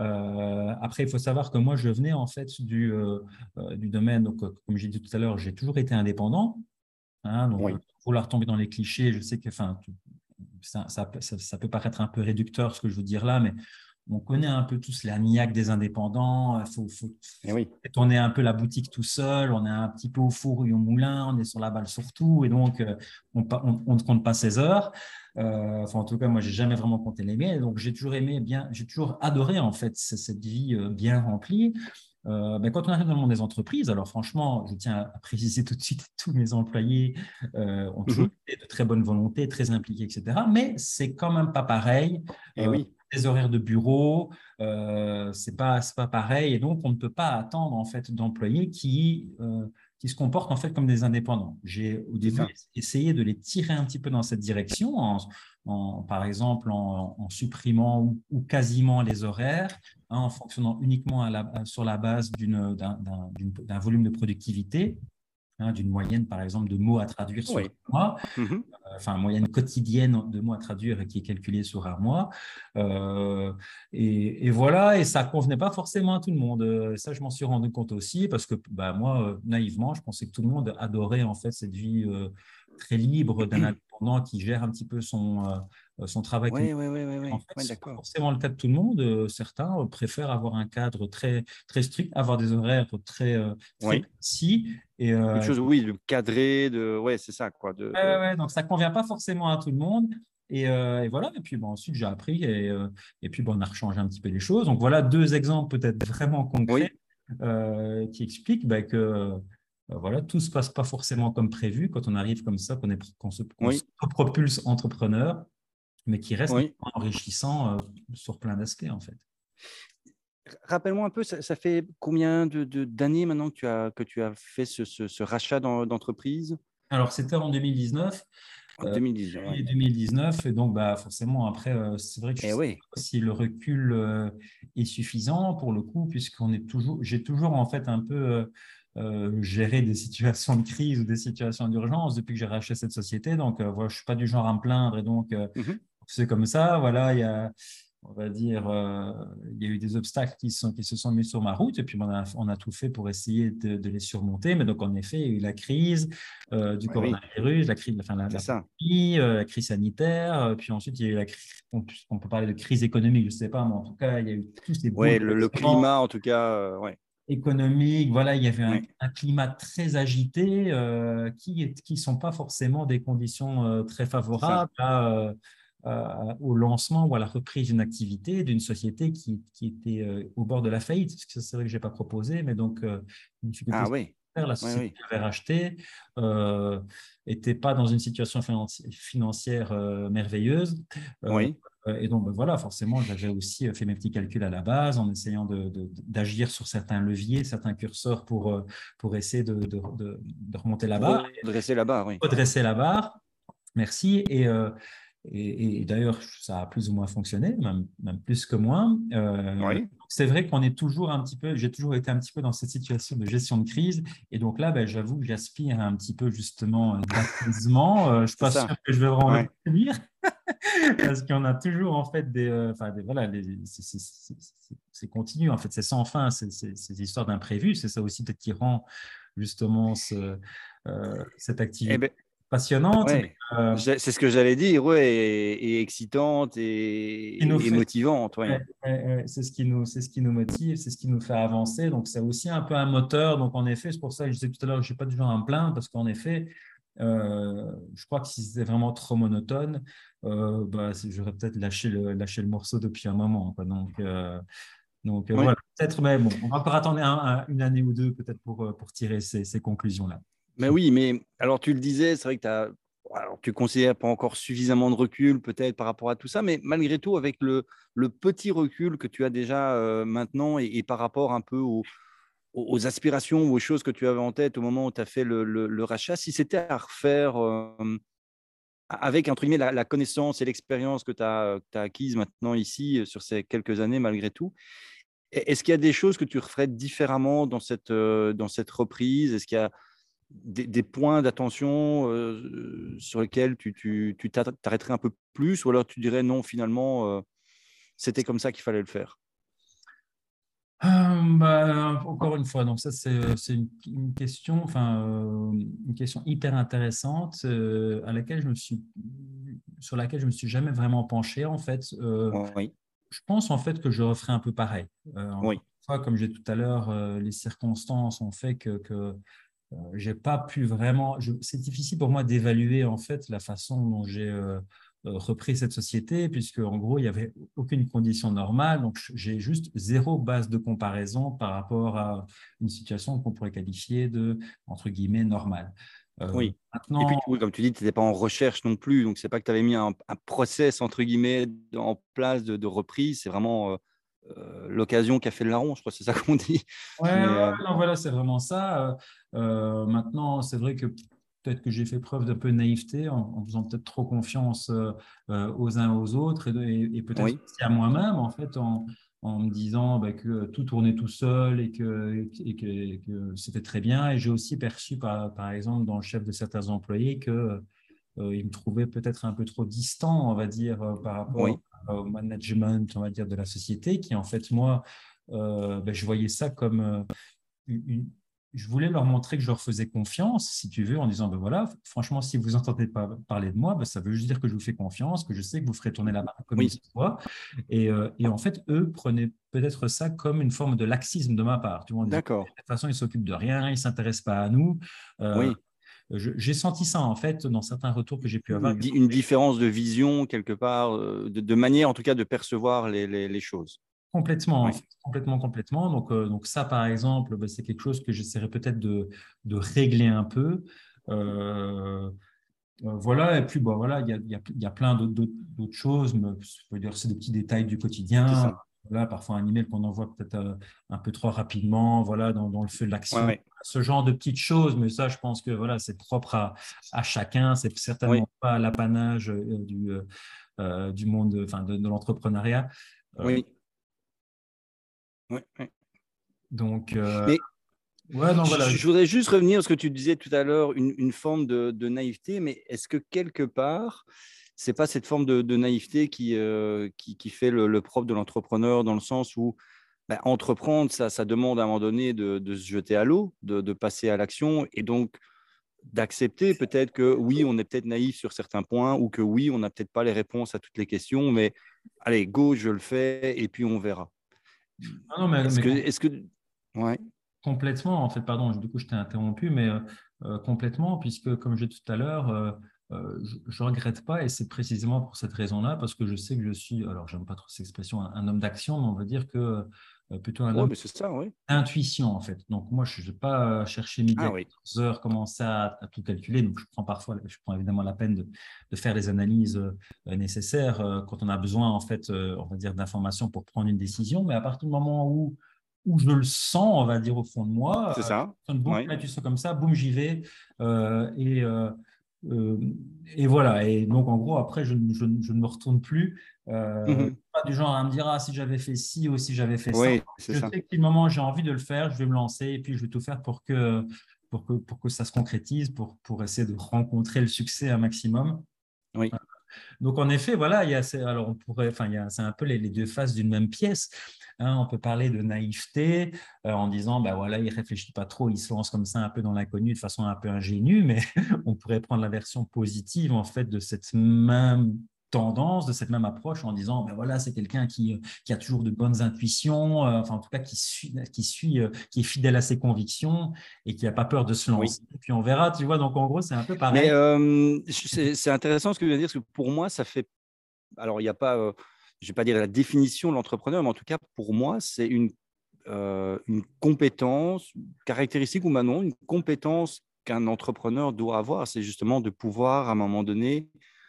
Euh, après, il faut savoir que moi, je venais en fait du, euh, euh, du domaine, donc, euh, comme j'ai dit tout à l'heure, j'ai toujours été indépendant. Hein, donc, euh, oui, vouloir tomber dans les clichés, je sais que enfin, tu- ça, ça, ça, ça peut paraître un peu réducteur ce que je veux dire là, mais on connaît un peu tous la niaque des indépendants. Il faut, faut, et oui, on est un peu la boutique tout seul, on est un petit peu au four et au moulin, on est sur la balle surtout, et donc euh, on, on, on ne compte pas ses heures. Euh, enfin, en tout cas, moi, j'ai jamais vraiment compté les miennes. Donc, j'ai toujours aimé bien, j'ai toujours adoré en fait cette vie euh, bien remplie. Euh, ben, quand on arrive dans le monde des entreprises, alors franchement, je tiens à préciser tout de suite, tous mes employés euh, ont toujours mhm, été de très bonne volonté, très impliqués, et cetera. Mais c'est quand même pas pareil. et Euh, oui, les horaires de bureau, euh, c'est pas, c'est pas pareil. Et donc, on ne peut pas attendre en fait d'employés qui, euh, qui se comportent en fait comme des indépendants. J'ai au c'est début ça. essayé de les tirer un petit peu dans cette direction, en, en- par exemple en, en supprimant ou, ou quasiment les horaires, hein, en fonctionnant uniquement à la- sur la base d'une- d'un d'un- d'une- d'un volume de productivité, hein, d'une moyenne, par exemple, de mots à traduire sur un Oui, mois, mhm, enfin, moyenne quotidienne de mots à traduire et qui est calculée sur un mois. Euh, et, et voilà, et ça ne convenait pas forcément à tout le monde. Euh, Ça, je m'en suis rendu compte aussi parce que bah, moi, euh, naïvement, je pensais que tout le monde adorait en fait cette vie euh, très libre d'un indépendant qui gère un petit peu son, euh, son travail comme oui, oui, oui, oui, en oui, fait, ouais, ce n'est pas d'accord. forcément le cas de tout le monde. Euh, certains euh, préfèrent avoir un cadre très, très strict, avoir des horaires très, euh, très Oui, précis. Et, quelque euh, chose, oui, de cadré, de, ouais, c'est ça, quoi, de, Ouais, ouais, ouais, donc ça ne convient pas forcément à tout le monde. Et, euh, et voilà, et puis bon, ensuite j'ai appris et, euh, et puis bon, on a rechangé un petit peu les choses. Donc voilà deux exemples peut-être vraiment concrets oui, euh, qui expliquent bah, que Euh, voilà, tout ne se passe pas forcément comme prévu quand on arrive comme ça, qu'on est, qu'on se, qu'on se Oui, propulse entrepreneur, mais qui reste oui. enrichissant euh, sur plein d'aspects en fait. Rappelle-moi un peu, ça, ça fait combien de, de- d'années maintenant que tu as, que tu as fait ce, ce- ce rachat d'en- d'entreprise? Alors, c'était en deux mille dix-neuf. En Euh, deux mille dix, ouais. et deux mille dix-neuf, et donc bah, forcément, après, euh, c'est vrai que je Eh sais oui, pas si le recul euh, est suffisant pour le coup, puisqu'on est toujours, j'ai toujours en fait un peu euh, euh, géré des situations de crise ou des situations d'urgence depuis que j'ai racheté cette société. Donc, euh, voilà, je ne suis pas du genre à me plaindre et donc euh, mhm. c'est comme ça. Voilà, il y a, on va dire, euh, il y a eu des obstacles qui, sont, qui se sont mis sur ma route et puis on a, on a tout fait pour essayer de, de les surmonter. Mais donc, en effet, il y a eu la crise euh, du Ouais, oui, coronavirus, la crise, enfin, la, c'est la ça. pandémie, euh, la crise sanitaire, euh, puis ensuite, il y a eu la crise, on, on peut parler de crise économique, je ne sais pas, mais en tout cas, il y a eu tous ces Ouais, le, le bouleversements climat, en tout cas, euh, ouais, économiques. Voilà, il y avait un, ouais, un climat très agité euh, qui ne qui sont pas forcément des conditions euh, très c'est ça. favorables à, euh, à- au lancement ou à la reprise d'une activité, d'une société qui, qui était euh, au bord de la faillite. Parce que c'est vrai que je n'ai pas proposé, mais donc euh, une difficulté Ah oui, la oui, société oui, que j'avais rachetée euh, était pas dans une situation financi- financière euh, merveilleuse. Euh, oui. et donc, ben voilà, forcément, j'avais aussi fait mes petits calculs à la base en essayant de, de- d'agir sur certains leviers, certains curseurs pour, euh, pour essayer de, de, de- de remonter la Pour barre, redresser la barre, oui. redresser la barre. Merci. Et, euh, et, et d'ailleurs, ça a plus ou moins fonctionné, même, même plus que moins. Euh, Oui, c'est vrai qu'on est toujours un petit peu, j'ai toujours été un petit peu dans cette situation de gestion de crise. Et donc là, ben, j'avoue que j'aspire à un petit peu justement d'apaisement. Euh, je ne suis c'est pas ça. sûr que je vais vraiment Ouais. l'obtenir parce qu'on a toujours en fait des, euh, enfin, des- voilà, les- c'est c'est- c'est- c'est- c'est continu en fait, c'est sans fin, c'est c'est- ces histoires d'imprévus. C'est ça aussi peut-être qui rend justement ce, euh, cette Eh activité ben, passionnante. Mais, ouais. euh, J'ai- C'est ce que j'allais dire, ouais, et, et excitante qui nous et, et fait motivante, Ouais, oui. ouais, ouais, c'est ce qui nous, c'est ce qui nous motive, c'est ce qui nous fait avancer. Donc, c'est aussi un peu un moteur. Donc, en effet, c'est pour ça que je disais tout à l'heure que je n'ai pas du genre à me plaindre, parce qu'en effet, euh, je crois que si c'était vraiment trop monotone, euh, bah, c'est- j'aurais peut-être lâché le, lâché le morceau depuis un moment, quoi. Donc, euh, donc euh, Oui. voilà, peut-être, mais bon, on va encore attendre un- un- une année ou deux peut-être pour, euh, pour tirer ces, ces conclusions-là. Mais oui, mais alors tu le disais, c'est vrai que t'as, alors, tu considères pas encore suffisamment de recul peut-être par rapport à tout ça, mais malgré tout, avec le, le petit recul que tu as déjà euh, maintenant et, et par rapport un peu aux, aux aspirations ou aux choses que tu avais en tête au moment où tu as fait le, le- le rachat, si c'était à refaire euh, avec entre guillemets, la, la connaissance et l'expérience que tu as, que tu as acquise maintenant ici euh, sur ces quelques années malgré tout, est-ce qu'il y a des choses que tu referais différemment dans cette, euh, dans cette reprise? Est-ce qu'il y a des, des points d'attention euh, sur lesquels tu, tu, tu t'arrêterais un peu plus ou alors tu dirais non, finalement, euh, c'était comme ça qu'il fallait le faire? Euh, bah, encore une fois, donc ça c'est c'est une, une question, enfin euh, une question hyper intéressante euh, à laquelle je me suis, sur laquelle je me suis jamais vraiment penché en fait. Euh, Oui, je pense en fait que je referai un peu pareil. Euh, encore oui, une fois, comme j'ai dit tout à l'heure, euh, les circonstances ont fait que, que euh, j'ai pas pu vraiment. je- C'est difficile pour moi d'évaluer en fait la façon dont j'ai euh, euh, repris cette société, puisque en gros il y avait aucune condition normale, donc j'ai juste zéro base de comparaison par rapport à une situation qu'on pourrait qualifier de entre guillemets normale. Euh, oui. Et puis, maintenant, oui, comme tu dis, tu n'étais pas en recherche non plus, donc c'est pas que tu avais mis un, un process, entre guillemets, en place de, de reprise, c'est vraiment euh, euh, l'occasion qui a fait le larron, je crois que c'est ça qu'on dit. ouais, ouais, Mais ouais, euh, non, voilà, c'est vraiment ça. Euh, euh, maintenant, c'est vrai que peut-être que j'ai fait preuve d'un peu de naïveté en, en faisant peut-être trop confiance euh, euh, aux uns aux autres et, et- et peut-être oui, aussi à moi-même, en fait, en, en me disant bah, que tout tournait tout seul et que, et que, et que c'était très bien. Et j'ai aussi perçu, par, par exemple, dans le chef de certains employés que euh, il me trouvait peut-être un peu trop distant, on va dire, euh, par rapport oui, au management, on va dire, de la société, qui en fait, moi, euh, ben, je voyais ça comme euh, une, une- je voulais leur montrer que je leur faisais confiance, si tu veux, en disant, ben voilà, franchement, si vous entendez pas parler de moi, ben, ça veut juste dire que je vous fais confiance, que je sais que vous ferez tourner la barre comme il oui, se doit. Et, euh, et en fait, eux prenaient peut-être ça comme une forme de laxisme de ma part, tu vois, en disant, de d'accord, toute façon, ils s'occupent de rien, ils ne s'intéressent pas à nous. Euh, oui. je- j'ai senti ça, en fait, dans certains retours que j'ai pu avoir. Une, di- une différence de vision quelque part, euh, de, de manière en tout cas de percevoir les, les- les choses. Complètement, en Ouais, fait, complètement, complètement. Donc, euh, donc ça, par exemple, bah, c'est quelque chose que j'essaierai peut-être de, de régler un peu. Euh, euh, voilà, et puis bon, voilà, il y a, il y a, il y a plein d'autres d'autres- d'autres choses, mais je veux dire, c'est des petits détails du c'est quotidien. ça. Voilà, parfois un email qu'on envoie peut-être euh, un peu trop rapidement, voilà, dans, dans le feu de Ouais, l'action. ouais, Ce genre de petites choses, mais ça, je pense que voilà, c'est propre à, à chacun. C'est oui, certainement pas l'apanage euh, du, euh, euh, du monde, enfin, de, de l'entrepreneuriat. Euh, oui, oui, oui. donc, euh, Mais ouais, non, je, voilà. je voudrais juste revenir à ce que tu disais tout à l'heure, une, une forme de, de naïveté, mais est-ce que quelque part, c'est pas cette forme de, de naïveté qui, euh, qui, qui fait le, le propre de l'entrepreneur dans le sens où bah, entreprendre, ça, ça demande à un moment donné de, de se jeter à l'eau, de, de passer à l'action et donc d'accepter peut-être que oui, on est peut-être naïf sur certains points ou que oui, on n'a peut-être pas les réponses à toutes les questions, mais allez, go, je le fais et puis on verra. Ah non, mais, Est-ce mais que, est-ce que, ouais, complètement, en fait, pardon, du coup, je t'ai interrompu, mais euh, euh, complètement, puisque, comme j'ai dit tout à l'heure, euh, euh, je ne regrette pas, et c'est précisément pour cette raison-là, parce que je sais que je suis, alors, j'aime pas trop cette expression, un, un homme d'action, mais on va dire que euh, plutôt un ouais, homme mais c'est ça, oui. d'intuition, en fait. Donc, moi, je ne vais pas chercher midi Ah à oui, quatorze heures, commencer à, à tout calculer. Donc, je prends parfois, je prends évidemment la peine de, de faire les analyses euh, nécessaires euh, quand on a besoin, en fait, euh, on va dire, d'informations pour prendre une décision. Mais à partir du moment où, où je le sens, on va dire, au fond de moi, c'est euh, ça. je sonne beaucoup Oui. l'intuition comme ça, boum, j'y vais. Euh, et, euh, euh, et voilà. Et donc, en gros, après, je, ne- je ne je ne me retourne plus. Euh, Mhm. pas du genre à me dire, ah, si j'avais fait ci ou si j'avais fait ça. Oui, c'est Je ça. sais que si le moment où j'ai envie de le faire, je vais me lancer et puis je vais tout faire pour que, pour que, pour que ça se concrétise, pour, pour essayer de rencontrer le succès un maximum. Oui, Donc, en effet, voilà, il y a, ces- alors on pourrait, enfin, il y a, c'est un peu les, les deux faces d'une même pièce. Hein. On peut parler de naïveté euh, en disant, bah voilà, il réfléchit pas trop, il se lance comme ça un peu dans l'inconnu de façon un peu ingénue, mais on pourrait prendre la version positive en fait de cette même tendance, de cette même approche en disant, ben voilà, c'est quelqu'un qui, qui a toujours de bonnes intuitions, euh, enfin en tout cas qui suit, qui suit, euh, qui est fidèle à ses convictions et qui n'a pas peur de se oui. lancer. Et puis on verra, tu vois, donc en gros, c'est un peu Mais pareil. euh, c'est c'est intéressant ce que tu viens de dire, parce que pour moi, ça fait. Alors, il n'y a pas, euh, je ne vais pas dire la définition de l'entrepreneur, mais en tout cas, pour moi, c'est une, euh, une compétence, caractéristique ou maintenant, une compétence qu'un entrepreneur doit avoir. C'est justement de pouvoir, à un moment donné,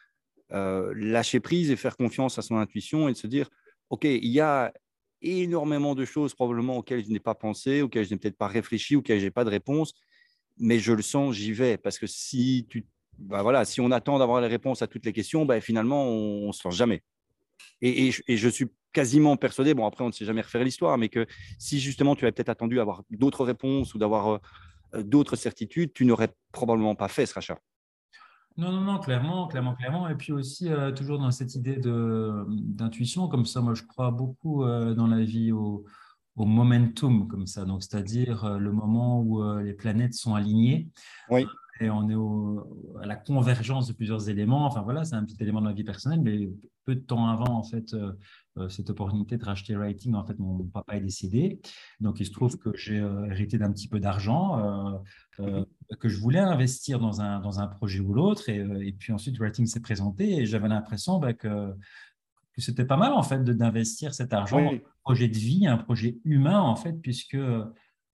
euh, lâcher prise et faire confiance à son intuition et de se dire, OK, il y a énormément de choses probablement auxquelles je n'ai pas pensé, auxquelles je n'ai peut-être pas réfléchi, auxquelles je n'ai pas de réponse, mais je le sens, j'y vais. Parce que si, tu, bah voilà, si on attend d'avoir les réponses à toutes les questions, bah finalement, on ne se lance jamais. Et, et, et, je suis quasiment persuadé, bon après on ne sait jamais refaire l'histoire, mais que si justement tu avais peut-être attendu à avoir d'autres réponses ou d'avoir euh, d'autres certitudes, tu n'aurais probablement pas fait ce rachat. Non, non, non, clairement, clairement, clairement. Et puis aussi, euh, toujours dans cette idée de, d'intuition, comme ça, moi, je crois beaucoup euh, dans la vie au, au momentum, comme ça. Donc, c'est-à-dire euh, le moment où euh, les planètes sont alignées Oui, et on est au- à la convergence de plusieurs éléments. Enfin, voilà, c'est un petit élément de ma vie personnelle, mais peu de temps avant, en fait, euh, euh, cette opportunité de racheter Writing, en fait, mon, mon papa est décédé. Donc, il se trouve que j'ai euh, hérité d'un petit peu d'argent. Euh, euh, mhm. que je voulais investir dans un, dans un projet ou l'autre. Et, euh, et puis ensuite, Writing s'est présenté et j'avais l'impression bah, que, que c'était pas mal en fait de- d'investir cet argent dans un Oui, projet de vie, un projet humain en fait, puisque euh,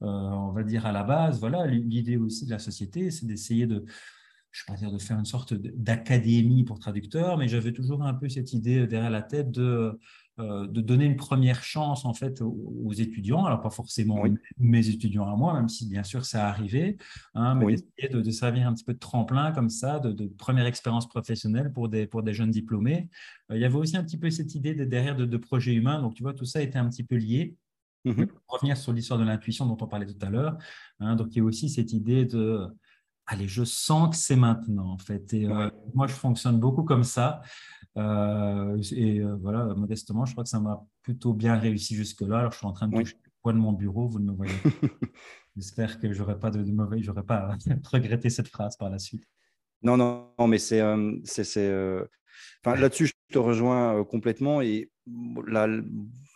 on va dire à la base, voilà, l'idée aussi de la société, c'est d'essayer de, je ne vais pas dire de faire une sorte d'académie pour traducteurs, mais j'avais toujours un peu cette idée derrière la tête de, euh, de donner une première chance en fait aux, aux étudiants. Alors pas forcément oui, mes étudiants à moi, même si bien sûr ça arrivait, hein, mais oui, d'essayer de, de servir un petit peu de tremplin comme ça, de, de première expérience professionnelle pour des, pour des jeunes diplômés. Euh, il y avait aussi un petit peu cette idée de, derrière de, de projet humain. Donc tu vois, tout ça était un petit peu lié. Mais mhm. pour revenir sur l'histoire de l'intuition dont on parlait tout à l'heure, hein, donc il y a aussi cette idée de allez, je sens que c'est maintenant, en fait. Et euh, Oui. moi, je fonctionne beaucoup comme ça. Euh, et euh, voilà, modestement, je crois que ça m'a plutôt bien réussi jusque-là. Alors, je suis en train de Oui. toucher le poids de mon bureau. Vous ne me voyez pas. J'espère que j'aurai pas de, de mauvais, j'aurai pas regretté cette phrase par la suite. Non, non, non, mais c'est, euh, c'est, c'est, euh, enfin, là-dessus, je te rejoins euh, complètement. Et là,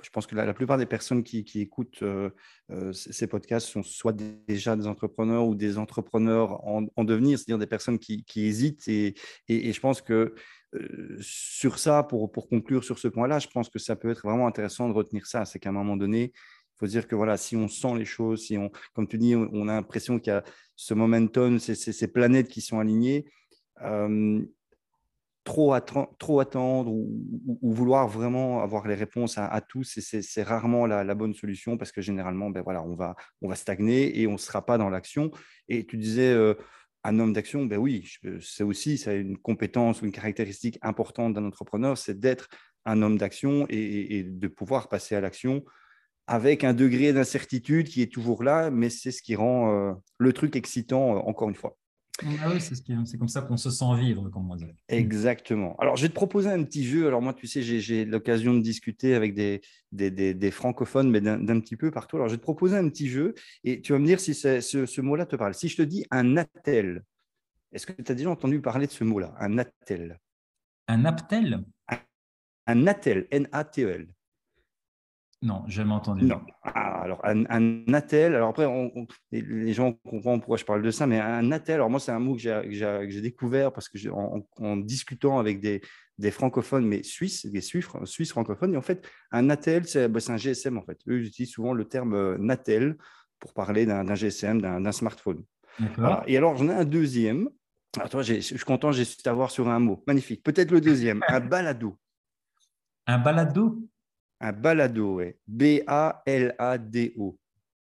je pense que la, la plupart des personnes qui, qui écoutent euh, euh, ces ces podcasts sont soit des- déjà des entrepreneurs ou des entrepreneurs en, en devenir, c'est-à-dire des personnes qui, qui hésitent. Et, et, et je pense que euh, sur ça, pour, pour conclure sur ce point-là, je pense que ça peut être vraiment intéressant de retenir ça. C'est qu'à un moment donné, il faut se dire que voilà, si on sent les choses, si on, comme tu dis, on, on a l'impression qu'il y a ce momentum, ces, ces, ces planètes qui sont alignées. euh, trop, atten- trop attendre ou, ou- ou vouloir vraiment avoir les réponses à, à tout, c'est c'est- c'est rarement la, la bonne solution parce que généralement, ben voilà, on va, on va stagner et on ne sera pas dans l'action. Et tu disais, euh, un homme d'action, ben oui, je- c'est aussi c'est une compétence ou une caractéristique importante d'un entrepreneur, c'est d'être un homme d'action et, et- et de pouvoir passer à l'action avec un degré d'incertitude qui est toujours là, mais c'est ce qui rend euh, le truc excitant, euh, encore une fois. Ah oui, c'est ce qui- c'est comme ça qu'on se sent vivre, comme on dit. Exactement. Alors, je vais te proposer un petit jeu. Alors, moi, tu sais, j'ai j'ai l'occasion de discuter avec des, des, des- des francophones, mais d'un d'un petit peu partout. Alors, je vais te proposer un petit jeu et tu vas me dire si c'est- ce, ce mot-là te parle. Si je te dis un attel, est-ce que tu as déjà entendu parler de ce mot-là? Un attel. Un aptel? Un, un attel, N A T E L. Non, jamais entendu. Non. Ah, alors, un, un attel, alors après, on- on- les les gens comprennent pourquoi je parle de ça, mais un attel, alors moi, c'est un mot que j'ai que j'ai- que j'ai découvert parce que j'ai- en, en discutant avec des, des francophones, mais suisses, des Suisses, Suisses francophones, et en fait, un attel, c'est bah, c'est un G S M, en fait. Eux, ils utilisent souvent le terme euh, natel pour parler d'un d'un G S M, d'un d'un smartphone. Voilà. D'accord. Et alors, j'en ai un deuxième. Alors, toi, j'ai- je suis content, j'ai su t'avoir sur un mot. Magnifique. Peut-être le deuxième, un balado. Un balado? Un balado, ouais. B A L A D O.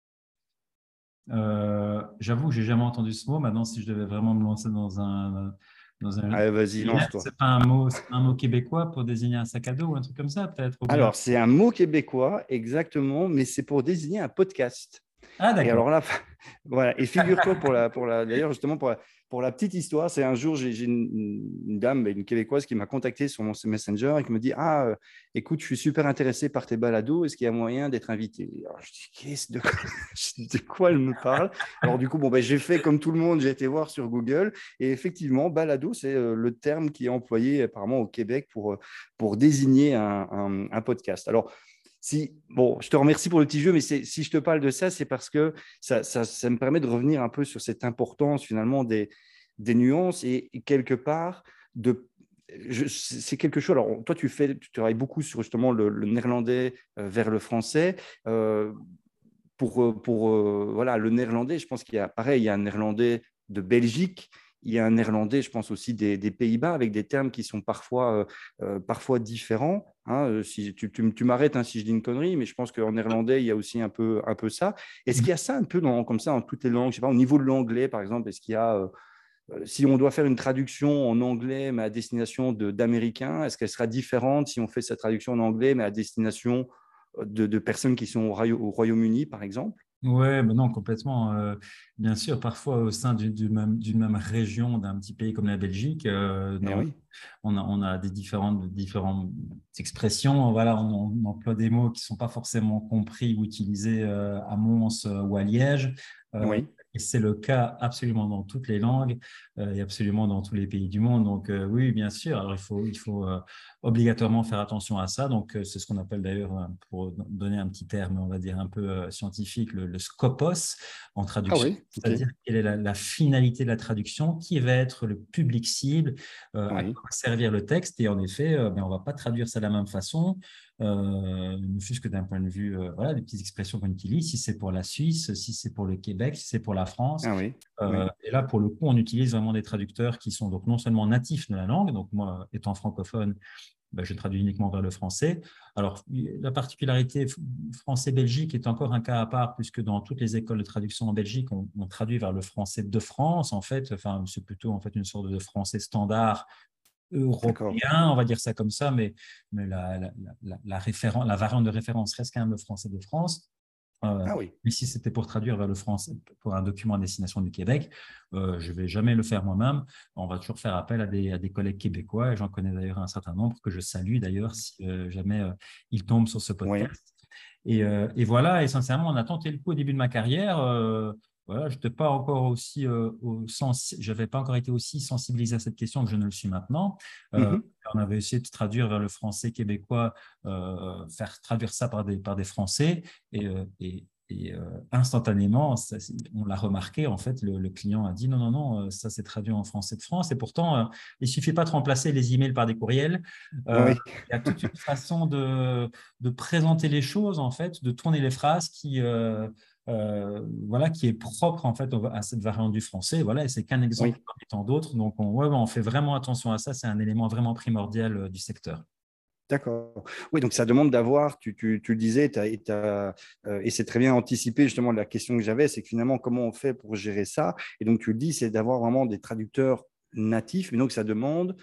Euh, j'avoue que j'ai jamais entendu ce mot. Maintenant, si je devais vraiment me lancer dans un, dans un, Allez, vas-y, lance-toi. c'est pas un mot, c'est pas un mot québécois pour désigner un sac à dos ou un truc comme ça, peut-être, ou bien. Alors, c'est un mot québécois, exactement, mais c'est pour désigner un podcast. Ah, Et d'accord. alors là, voilà. Et figure-toi pour la, pour la, d'ailleurs justement pour la, pour la petite histoire, c'est un jour j'ai j'ai une, une dame, une québécoise qui m'a contacté sur mon Messenger et qui me dit ah euh, écoute, je suis super intéressé par tes balados, est-ce qu'il y a moyen d'être invité? Alors, je dis qu'est-ce de quoi, de quoi elle me parle? Alors du coup bon ben j'ai fait comme tout le monde, j'ai été voir sur Google et effectivement balado c'est euh, le terme qui est employé apparemment au Québec pour euh, pour désigner un, un, un podcast. Alors si, bon, je te remercie pour le petit jeu, mais si je te parle de ça, c'est parce que ça, ça, ça, me permet de revenir un peu sur cette importance finalement des, des nuances et, et quelque part de c'est quelque chose. Alors, toi, tu fais, tu travailles beaucoup sur justement le, le néerlandais euh, vers le français. Euh, pour, pour euh, voilà, le néerlandais, je pense qu'il y a pareil, il y a un néerlandais de Belgique, il y a un néerlandais, je pense aussi des, des Pays-Bas, avec des termes qui sont parfois, euh, euh, parfois différents. Hein. Si, tu tu, tu m'arrêtes hein, si je dis une connerie, mais je pense qu'en néerlandais, il y a aussi un peu, un peu ça. Est-ce qu'il y a ça un peu dans, comme ça dans toutes les langues? Je sais pas, au niveau de l'anglais, par exemple, est-ce qu'il y a, euh, si on doit faire une traduction en anglais, mais à destination d'Américains, est-ce qu'elle sera différente si on fait sa traduction en anglais, mais à destination de, de personnes qui sont au, au Royaume-Uni, par exemple? Ouais, mais non, complètement. Euh, bien sûr, parfois au sein d'une du même, d'une même région, d'un petit pays comme la Belgique, euh, Eh non, oui. on a, on a des différentes, différentes expressions. Voilà, on, on emploie des mots qui ne sont pas forcément compris ou utilisés euh, à Mons euh, ou à Liège. Euh, Oui. et c'est le cas absolument dans toutes les langues euh, et absolument dans tous les pays du monde. Donc euh, oui, bien sûr. Alors il faut, il faut euh, obligatoirement faire attention à ça. Donc euh, c'est ce qu'on appelle d'ailleurs, euh, pour donner un petit terme, on va dire un peu euh, scientifique, le, le scopos en Ah traduction. oui, ok. C'est-à-dire quelle est la, la finalité de la traduction, qui va être le public cible, euh, à Oui. quoi va servir le texte. Et en effet, euh, ben, on ne va pas traduire ça de la même façon, euh, ne fût-ce que d'un point de vue, euh, voilà, des petites expressions qu'on utilise, si c'est pour la Suisse, si c'est pour le Québec, si c'est pour la France. Ah oui. Euh, Oui. et là, pour le coup, on utilise vraiment des traducteurs qui sont donc non seulement natifs de la langue, donc moi, étant francophone, ben, je traduis uniquement vers le français. Alors, la particularité français-Belgique est encore un cas à part, puisque dans toutes les écoles de traduction en Belgique, on, on traduit vers le français de France, en fait. Enfin, c'est plutôt en fait une sorte de français standard D'accord. européen, on va dire ça comme ça, mais, mais la, la, la, la, référence, la variante de référence reste quand même le français de France. Euh, Ah oui. mais si c'était pour traduire vers le français pour un document à destination du Québec, euh, je ne vais jamais le faire moi-même. On va toujours faire appel à des, à des collègues québécois, et j'en connais d'ailleurs un certain nombre que je salue d'ailleurs si euh, jamais euh, ils tombent sur ce Oui. podcast. Et, euh, et voilà, et sincèrement, on a tenté le coup au début de ma carrière. Euh, voilà, je n'étais pas encore aussi, euh, au sens, j'avais pas encore été aussi sensibilisé à cette question que je ne le suis maintenant. Euh, Mhm. on avait essayé de traduire vers le français québécois, euh, faire traduire ça par des, par des Français, et, euh, et, et euh, instantanément, ça, on l'a remarqué, en fait, le, le client a dit non, non, non, ça c'est traduit en français de France, et pourtant, euh, il ne suffit pas de remplacer les emails par des courriels. Euh, Oui, il y a toute une façon de, de présenter les choses, en fait, de tourner les phrases qui, euh, euh, voilà, qui est propre en fait à cette variante du français. Voilà, et c'est qu'un exemple oui. parmi tant d'autres. Donc, on, ouais, ouais, on fait vraiment attention à ça. C'est un élément vraiment primordial euh, du secteur. D'accord. Oui, donc ça demande d'avoir, tu, tu, tu le disais, t'as- et, t'as, euh, et c'est très bien anticipé justement la question que j'avais, c'est que finalement, comment on fait pour gérer ça? Et donc, tu le dis, c'est d'avoir vraiment des traducteurs natifs, mais donc ça demande,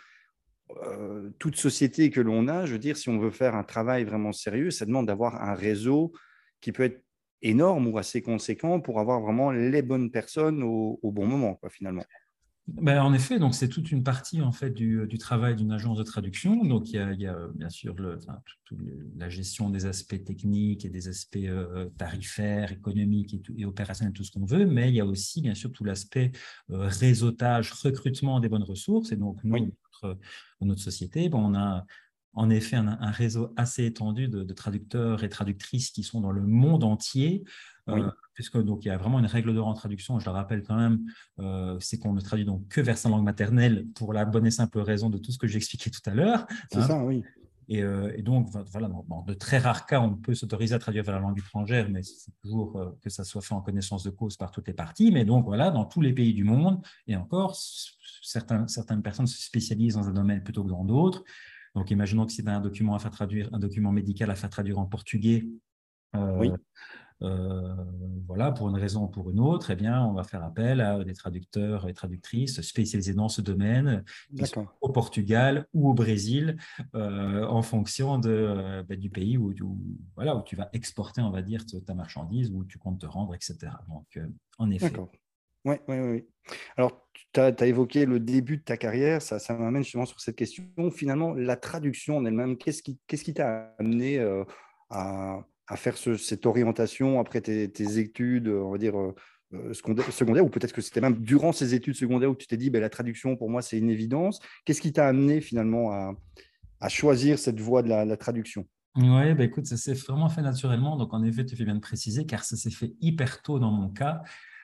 euh, toute société que l'on a, je veux dire, si on veut faire un travail vraiment sérieux, ça demande d'avoir un réseau qui peut être énorme ou assez conséquent pour avoir vraiment les bonnes personnes au, au bon moment, quoi, finalement. Ben, en effet, donc c'est toute une partie en fait du, du travail d'une agence de traduction. Donc il y a, il y a euh, bien sûr le, enfin, tout- tout le- la gestion des aspects techniques et des aspects euh, tarifaires, économiques et, tout- et opérationnels, tout ce qu'on veut, mais il y a aussi bien sûr tout l'aspect euh, réseautage, recrutement des bonnes ressources. Et donc nous, Oui, notre, dans notre société, ben, on a en effet un, un réseau assez étendu de, de traducteurs et traductrices qui sont dans le monde entier. Euh, oui, puisque donc il y a vraiment une règle d'or en traduction, je le rappelle quand même, euh, c'est qu'on ne traduit donc que vers sa langue maternelle pour la bonne et simple raison de tout ce que j'ai expliqué tout à l'heure. c'est Hein. ça, oui. Et, euh, et donc, voilà, dans, dans de très rares cas, on peut s'autoriser à traduire vers la langue étrangère, mais c'est toujours euh, que ça soit fait en connaissance de cause par toutes les parties. Mais donc, voilà, dans tous les pays du monde, et encore, certains, certaines personnes se spécialisent dans un domaine plutôt que dans d'autres. Donc, imaginons que c'est un document à faire traduire, un document médical à faire traduire en portugais. Euh, Oui, euh, voilà, pour une raison ou pour une autre, eh bien, on va faire appel à des traducteurs et traductrices spécialisés dans ce domaine, qui sont d'accord. au Portugal ou au Brésil, euh, en fonction de, euh, ben, du pays où, où, voilà, où tu vas exporter, on va dire, ta marchandise, où tu comptes te rendre, et cetera. Donc, euh, en effet. D'accord. Oui, oui, oui. Alors, tu as, évoqué le début de ta carrière, ça, ça m'amène justement sur cette question. Finalement, la traduction en elle-même, qu'est-ce qui qu'est-ce qui t'a amené euh, à, à faire ce- cette orientation après tes, tes études, on va dire, euh, euh, secondaires, secondaires, ou peut-être que c'était même durant ces études secondaires où tu t'es dit, ben, la traduction, pour moi, c'est une évidence. Qu'est-ce qui t'a amené finalement à, à choisir cette voie de la, la traduction? Oui, bah écoute, ça s'est vraiment fait naturellement. Donc, en effet, tu fais bien de préciser, car ça s'est fait hyper tôt dans mon cas,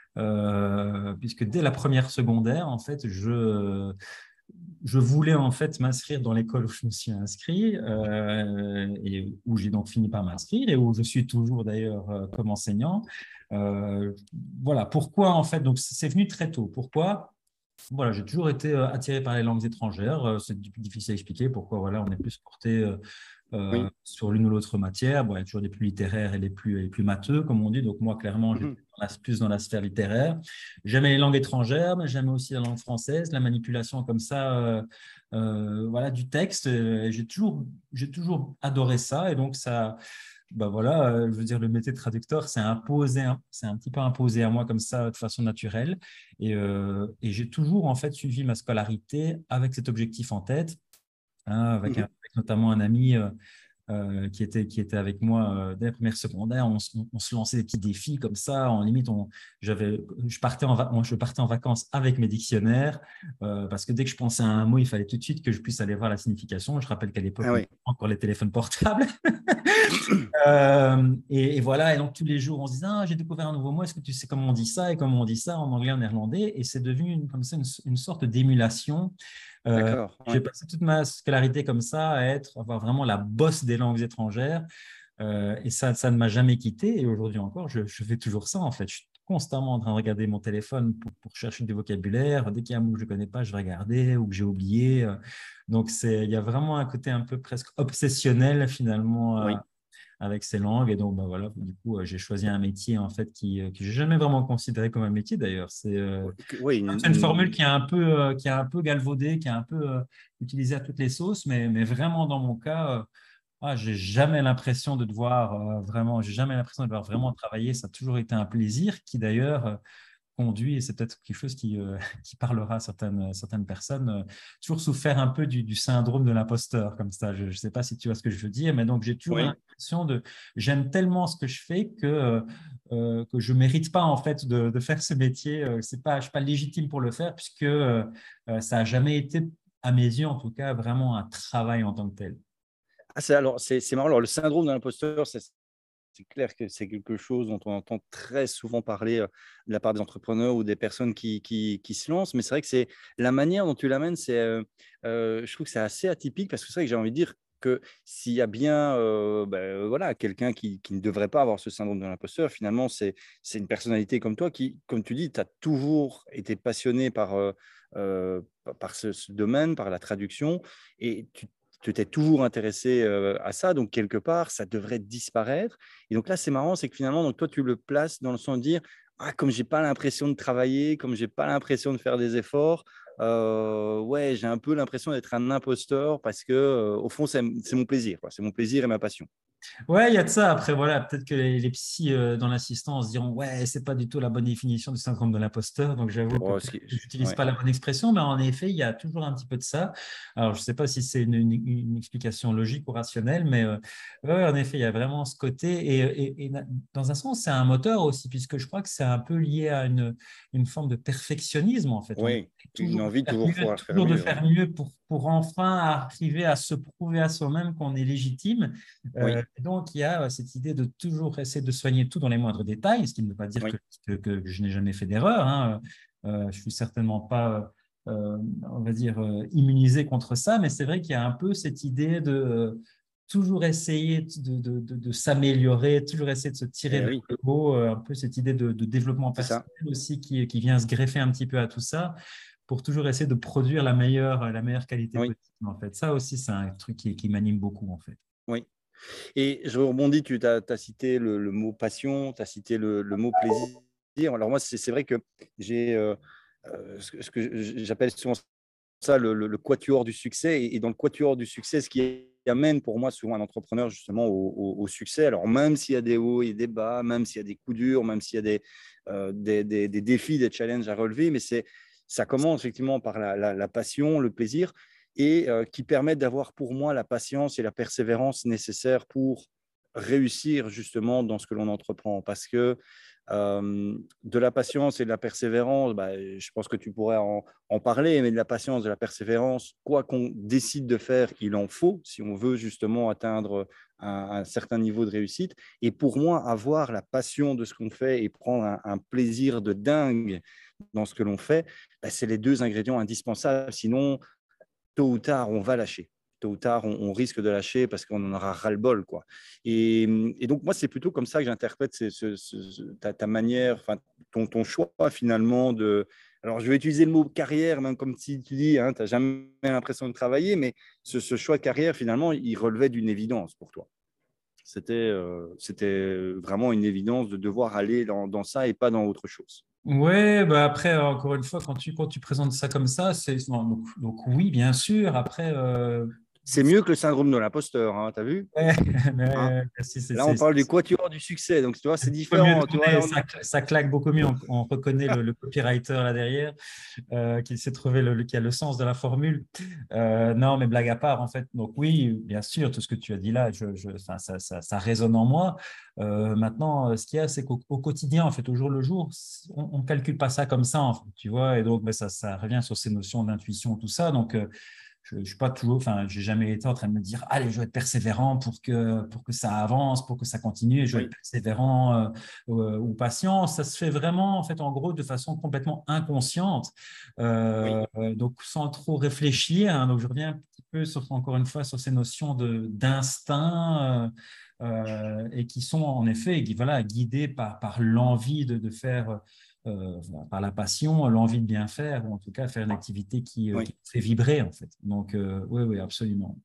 euh, puisque dès la première secondaire, en fait, je, je voulais en fait m'inscrire dans l'école où je me suis inscrit, euh, et où j'ai donc fini par m'inscrire et où je suis toujours d'ailleurs euh, comme enseignant. Euh, voilà, pourquoi en fait, donc c'est venu très tôt. Pourquoi? Voilà, j'ai toujours été euh, attiré par les langues étrangères. Euh, c'est difficile à expliquer pourquoi voilà, on est plus porté euh, euh, Oui. sur l'une ou l'autre matière. Bon, il y a toujours les plus littéraires et les plus, les plus matheux, comme on dit. Donc, moi, clairement, j'étais Mhm. dans la- plus dans la sphère littéraire. J'aimais les langues étrangères, mais j'aimais aussi la langue française, la manipulation comme ça, euh, euh, voilà, du texte. Euh, J'ai toujours, j'ai toujours adoré ça. Et donc, ça, bah voilà, euh, je veux dire, le métier de traducteur, c'est imposé, hein, c'est un petit peu imposé à moi comme ça, de façon naturelle. Et, euh, et j'ai toujours, en fait, suivi ma scolarité avec cet objectif en tête, hein, avec, un- Mhm. avec notamment un ami. Euh, euh, qui était, qui était avec moi euh, dès la première secondaire. On, se- on se lançait des petits défis comme ça. En limite, on, j'avais, je, partais en, va- je partais en vacances avec mes dictionnaires euh, parce que dès que je pensais à un mot, il fallait tout de suite que je puisse aller voir la signification. Je rappelle qu'à l'époque, Ah on oui. n'avait pas encore les téléphones portables. Euh, et, et voilà, et donc tous les jours, on se disait, ah, j'ai découvert un nouveau mot, est-ce que tu sais comment on dit ça et comment on dit ça en anglais, en néerlandais? Et c'est devenu une, comme ça une, une sorte d'émulation. Euh, D'accord. j'ai Ouais. passé toute ma scolarité comme ça à être, avoir vraiment la bosse des langues étrangères. Euh, et ça, ça ne m'a jamais quitté. Et aujourd'hui encore, je, je fais toujours ça en fait. Je suis constamment en train de regarder mon téléphone pour, pour chercher du vocabulaire. Dès qu'il y a un mot que je ne connais pas, je vais regarder ou que j'ai oublié. Euh, Donc, c'est, il y a vraiment un côté un peu presque obsessionnel finalement euh, Oui. avec ces langues. Et donc, bah, voilà, du coup, euh, j'ai choisi un métier en fait qui, euh, que je n'ai jamais vraiment considéré comme un métier d'ailleurs. C'est euh, Oui, une- c'est une formule une- qui est un peu, euh, qui est un peu galvaudée, qui est un peu euh, utilisée à toutes les sauces, mais, mais vraiment dans mon cas, euh, ah, j'ai jamais l'impression de devoir euh, vraiment, j'ai jamais l'impression de devoir vraiment travailler. Ça a toujours été un plaisir qui d'ailleurs euh, conduit, et c'est peut-être quelque chose qui, euh, qui parlera à certaines, certaines personnes, euh, toujours souffert un peu du, du syndrome de l'imposteur, comme ça. Je ne sais pas si tu vois ce que je veux dire, mais donc j'ai toujours oui. l'impression de, j'aime tellement ce que je fais que, euh, euh, que je ne mérite pas en fait de, de faire ce métier. Euh, c'est pas, je ne suis pas légitime pour le faire puisque euh, euh, ça n'a jamais été, à mes yeux en tout cas, vraiment un travail en tant que tel. Ah, c'est, alors, c'est, c'est marrant. Alors, le syndrome de l'imposteur, c'est, c'est clair que c'est quelque chose dont on entend très souvent parler euh, de la part des entrepreneurs ou des personnes qui, qui, qui se lancent. Mais c'est vrai que c'est la manière dont tu l'amènes, c'est, euh, euh, je trouve que c'est assez atypique parce que c'est vrai que j'ai envie de dire que s'il y a bien euh, ben, voilà, quelqu'un qui, qui ne devrait pas avoir ce syndrome de l'imposteur, finalement, c'est, c'est une personnalité comme toi qui, comme tu dis, tu as toujours été passionné par, euh, euh, par ce, ce domaine, par la traduction, et tu tu t'es toujours intéressé euh, à ça, donc quelque part, ça devrait disparaître. Et donc là, c'est marrant, c'est que finalement, donc toi, tu le places dans le sens de dire, ah, comme j'ai pas l'impression de travailler, comme j'ai pas l'impression de faire des efforts, euh, ouais, j'ai un peu l'impression d'être un imposteur parce que, euh, au fond, c'est c'est mon plaisir, quoi. C'est mon plaisir et ma passion. Ouais, il y a de ça. Après, voilà, peut-être que les, les psys euh, dans l'assistance diront, ouais, c'est pas du tout la bonne définition du syndrome de l'imposteur. Donc, j'avoue que Oh, peut-être ce qui- que j'utilise ouais, pas la bonne expression, mais en effet, il y a toujours un petit peu de ça. Alors, je sais pas si c'est une, une- une explication logique ou rationnelle, mais euh, ouais, en effet, il y a vraiment ce côté. Et, et- et dans un sens, c'est un moteur aussi, puisque je crois que c'est un peu lié à une, une forme de perfectionnisme, en fait. On essaie oui, une toujours de envie de faire toujours mieux, pouvoir faire toujours de mieux. Ouais. faire mieux pour, pour enfin arriver à se prouver à soi-même qu'on est légitime. Euh, Oui, donc, il y a euh, cette idée de toujours essayer de soigner tout dans les moindres détails, ce qui ne veut pas dire que, oui, que, que je n'ai jamais fait d'erreur. Hein. Euh, je suis certainement pas, euh, on va dire, euh, immunisé contre ça, mais c'est vrai qu'il y a un peu cette idée de euh, toujours essayer de, de, de, de s'améliorer, toujours essayer de se tirer eh vers oui, le haut, euh, un peu cette idée de, de développement c'est ça. personnel aussi qui, qui vient se greffer un petit peu à tout ça pour toujours essayer de produire la meilleure, la meilleure qualité Oui, possible, en fait. Ça aussi, c'est un truc qui, qui m'anime beaucoup, en fait. oui. Et je rebondis, tu as, cité le, le mot passion, tu as cité le, le mot plaisir. Alors moi, c'est c'est vrai que j'ai euh, euh, ce que, ce que j'appelle souvent ça le, le, le quatuor du succès. Et, et dans le quatuor du succès, ce qui amène pour moi souvent un entrepreneur justement au, au, au succès, alors même s'il y a des hauts et des bas, même s'il y a des coups durs, même s'il y a des, euh, des, des, des défis, des challenges à relever, mais c'est ça commence effectivement par la, la, la passion, le plaisir, et euh, qui permettent d'avoir pour moi la patience et la persévérance nécessaires pour réussir justement dans ce que l'on entreprend. Parce que euh, de la patience et de la persévérance, bah, je pense que tu pourrais en, en, parler, mais de la patience, de la persévérance, quoi qu'on décide de faire, il en faut si on veut justement atteindre un, un certain niveau de réussite. Et pour moi, avoir la passion de ce qu'on fait et prendre un, un plaisir de dingue dans ce que l'on fait, bah, c'est les deux ingrédients indispensables. Sinon, tôt ou tard, on va lâcher. Tôt ou tard, on, on risque de lâcher parce qu'on en aura ras-le-bol, quoi. Et, et donc, moi, c'est plutôt comme ça que j'interprète ce, ce, ce, ta, ta, manière, enfin, ton, ton choix, finalement, de… Alors, je vais utiliser le mot carrière, même comme si tu dis, hein, tu n'as jamais l'impression de travailler, mais ce, ce choix de carrière, finalement, il relevait d'une évidence pour toi. C'était euh, c'était vraiment une évidence de devoir aller dans, dans ça et pas dans autre chose. Ouais, bah après, encore une fois, quand tu, quand tu présentes ça comme ça, c'est non, donc, donc oui, bien sûr. Après, euh, C'est mieux que le syndrome de l'imposteur, hein, tu as vu, ouais, hein. mais, c'est, c'est, Là, on c'est, parle du quatuor du succès. Donc, tu vois, c'est peu mieux différent. Tu vois, tourné, là, on… ça, ça claque beaucoup mieux. On, on reconnaît le, le copywriter là derrière, euh, qui s'est trouvé le, le- qui a le sens de la formule. Euh, non, mais blague à part, en fait. Donc oui, bien sûr, tout ce que tu as dit là, je, je, enfin, ça, ça, ça résonne en moi. Euh, maintenant, ce qu'il y a, c'est qu'au au quotidien, en fait, au jour le jour, on ne calcule pas ça comme ça, en fait, tu vois. Et donc, ben, ça, ça revient sur ces notions d'intuition, tout ça. Donc, euh, je, je suis pas toujours, enfin, j'ai jamais été en train de me dire, allez, je vais être persévérant pour que, pour que ça avance, pour que ça continue, je vais être Oui, persévérant euh, euh, ou patient. Ça se fait vraiment, en fait, en gros, de façon complètement inconsciente, oui, euh, donc sans trop réfléchir. Hein. Donc, je reviens un petit peu sur, encore une fois, sur ces notions de, d'instinct. Euh, euh, et qui sont en effet voilà, guidés par, par l'envie de, de faire euh, par la passion, l'envie de bien faire, ou en tout cas faire une activité qui, euh, qui oui. fait vibrer, en fait. Donc, euh, oui, oui, absolument.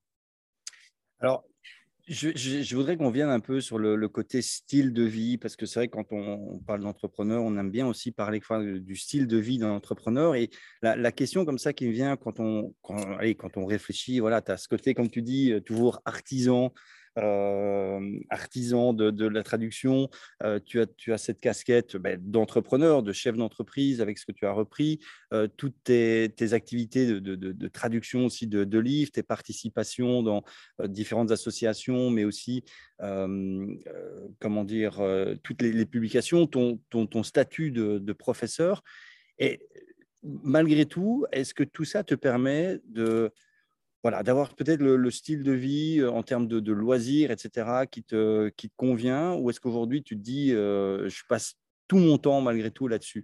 Alors, je, je- je voudrais qu'on vienne un peu sur le, le côté style de vie, parce que c'est vrai que quand on, on parle d'entrepreneur, on aime bien aussi parler enfin, du style de vie d'un entrepreneur. Et la, la question comme ça qui me vient quand on, quand, allez, quand on réfléchit, voilà, tu as ce côté, comme tu dis, euh, toujours artisan, euh, artisan de, de la traduction, euh, tu as, tu as cette casquette ben, d'entrepreneur, de chef d'entreprise avec ce que tu as repris, euh, toutes tes, tes activités de, de, de, de traduction aussi de, de livres, tes participations dans euh, différentes associations, mais aussi, euh, euh, comment dire, euh, toutes les, les publications, ton, ton, ton statut de, de professeur. Et malgré tout, est-ce que tout ça te permet de, voilà, d'avoir peut-être le, le style de vie euh, en termes de, de loisirs, et cetera, qui te, qui te convient? Ou est-ce qu'aujourd'hui, tu te dis, euh, je passe tout mon temps malgré tout là-dessus?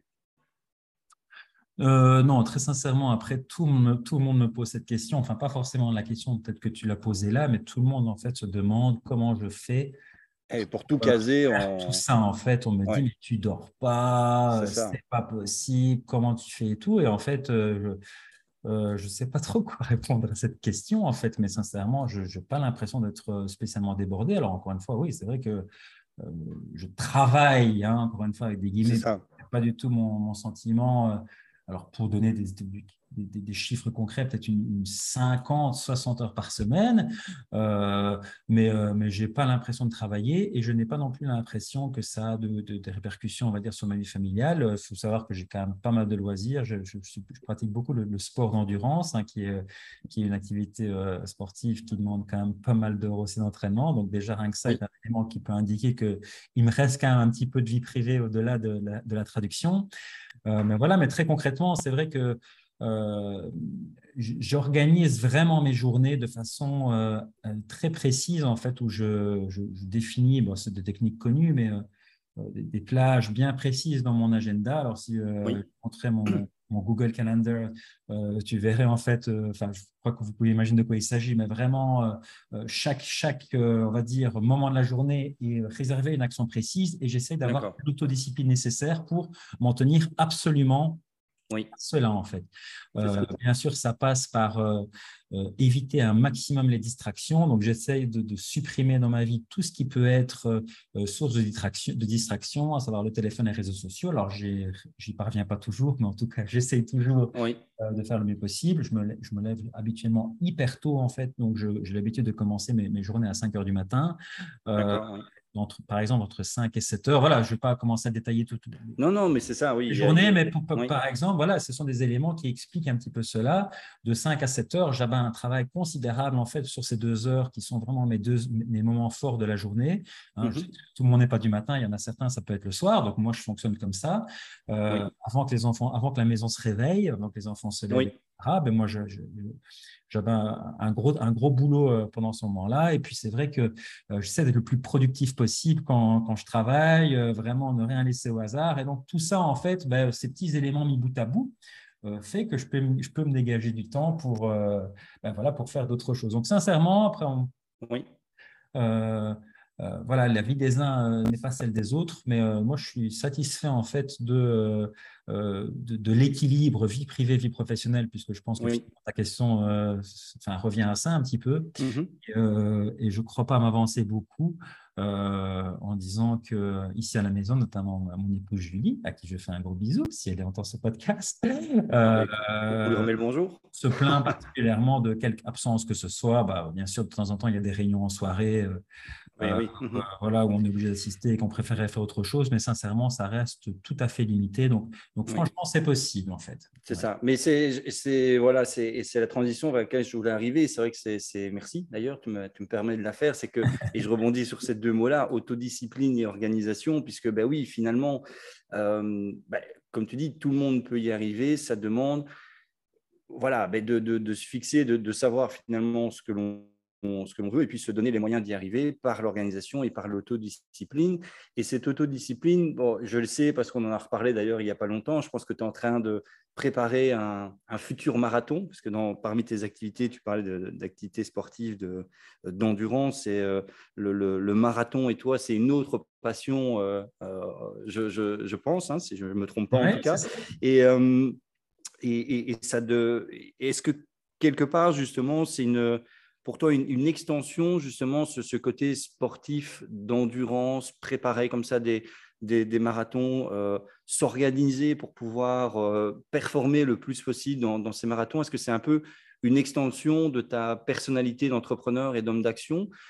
Euh, non, très sincèrement, après, tout, le monde me- tout le monde me pose cette question. Enfin, pas forcément la question peut-être que tu l'as posée là, mais tout le monde, en fait, se demande comment je fais Et pour tout euh, caser faire tout en… ça. En fait, on me dit, Ouais, mais tu dors pas, c'est euh, ça. c'est pas possible, comment tu fais et tout. Et en fait, euh, je euh, je sais pas trop quoi répondre à cette question, en fait, mais sincèrement, je n'ai pas l'impression d'être spécialement débordé. Alors, encore une fois, oui, c'est vrai que euh, je travaille, hein, encore une fois, avec des C'est guillemets, ça. c'est pas du tout mon, mon sentiment. euh, Alors, pour donner des, des, des- des chiffres concrets, peut-être une, une cinquante, soixante heures par semaine, euh, mais, euh, mais je n'ai pas l'impression de travailler et je n'ai pas non plus l'impression que ça a de, de- des répercussions, on va dire, sur ma vie familiale. Il faut savoir que j'ai quand même pas mal de loisirs. Je, je- je- je pratique beaucoup le, le sport d'endurance, hein, qui est, qui est une activité euh, sportive qui demande quand même pas mal d'heures aussi d'entraînement. Donc, déjà, rien que ça est Oui, un élément qui peut indiquer qu'il me reste quand même un petit peu de vie privée au-delà de la, de la traduction. Euh, mais voilà, mais très concrètement, c'est vrai que euh, j'organise vraiment mes journées de façon euh, euh, très précise, en fait, où je, je, je définis, bon, c'est des techniques connues, mais euh, euh, des, des plages bien précises dans mon agenda. Alors, si euh, je oui, montrais mon, mon Google Calendar, euh, tu verrais en fait, euh, enfin, je crois que vous pouvez imaginer de quoi il s'agit, mais vraiment, euh, euh, chaque, chaque euh, on va dire, moment de la journée est réservé à une action précise et j'essaie d'avoir d'accord. l'autodiscipline nécessaire pour m'en tenir absolument Oui, cela, en fait. c'est Euh, ça. bien sûr, ça passe par euh, euh, éviter un maximum les distractions. Donc, j'essaye de, de supprimer dans ma vie tout ce qui peut être euh, euh, source de distraction, de distraction, à savoir le téléphone et les réseaux sociaux. Alors, j'ai- j'y parviens pas toujours, mais en tout cas, j'essaye toujours Oui, euh, de faire le mieux possible. Je me, lève, je me lève habituellement hyper tôt, en fait. Donc, je- j'ai l'habitude de commencer mes, mes journées à cinq heures du matin. Euh, d'accord. Oui. entre, par exemple, entre cinq et sept heures. Voilà, je ne vais pas commencer à détailler tout, tout, Non, non, mais c'est ça, oui. il y a- il y journée, a- mais pour- oui, par exemple, voilà, ce sont des éléments qui expliquent un petit peu cela. De cinq à sept heures, j'avais un travail considérable en fait sur ces deux heures qui sont vraiment mes deux mes moments forts de la journée. Hein, je sais que mhm, tout le monde n'est pas du matin, il y en a certains, ça peut être le soir. Donc moi, je fonctionne comme ça. Euh, oui, avant que les enfants, avant que la maison se réveille, avant que les enfants se lèvent, oui, et cetera, ben moi, je, je- j'avais un, un gros, un gros boulot euh, pendant ce moment-là. Et puis, c'est vrai que euh, j'essaie d'être le plus productif possible quand, quand je travaille, euh, vraiment ne rien laisser au hasard. Et donc, tout ça, en fait, ben, ces petits éléments mis bout à bout, euh, fait que je peux, je peux me dégager du temps pour, euh, ben, voilà, pour faire d'autres choses. Donc, sincèrement, après, on, oui, euh, euh, voilà, la vie des uns euh, n'est pas celle des autres, mais euh, moi je suis satisfait en fait de, euh, de, de l'équilibre vie privée, vie professionnelle, puisque je pense que oui, ta question euh, enfin, revient à ça un petit peu. mhm, Et, euh, et je ne crois pas m'avancer beaucoup euh, en disant que ici à la maison, notamment à mon épouse Julie, à qui je fais un gros bisou si elle entend ce podcast, bah, euh, écoute, on lui remet le bonjour. se plaint particulièrement de quelque absence que ce soit. Bah, bien sûr, de temps en temps, il y a des réunions en soirée euh, Oui, euh, oui, euh, mhm, voilà, où on est obligé d'assister et qu'on préférait faire autre chose, mais sincèrement, ça reste tout à fait limité. Donc, donc oui. franchement, c'est possible en fait. C'est Ouais. ça. Mais c'est, c'est, voilà, c'est, et c'est la transition vers laquelle je voulais arriver. C'est vrai que c'est, c'est merci d'ailleurs, tu me, tu me permets de la faire. C'est que, et je rebondis sur ces deux mots-là, autodiscipline et organisation, puisque, ben oui, finalement, euh, ben, comme tu dis, tout le monde peut y arriver. Ça demande, voilà, ben de, de, de se fixer, de, de savoir finalement ce que l'on ce que l'on veut et puis se donner les moyens d'y arriver par l'organisation et par l'autodiscipline. Et cette autodiscipline, bon, je le sais parce qu'on en a reparlé d'ailleurs il n'y a pas longtemps, je pense que tu es en train de préparer un, un futur marathon, parce que dans, parmi tes activités, tu parlais de, d'activités sportives, de, d'endurance, et euh, le, le, le marathon et toi, c'est une autre passion, euh, euh, je, je, je pense, hein, si je ne me trompe pas en tout Ouais, c'est cas. ça. Et, euh, et, et, et ça de, est-ce que quelque part, justement, c'est une, pour toi une, une extension, justement, ce, ce côté sportif, d'endurance, préparer comme ça des, des, des marathons, euh, s'organiser pour pouvoir euh, performer le plus possible dans, dans ces marathons? Est-ce que c'est un peu une extension de ta personnalité d'entrepreneur et d'homme d'action?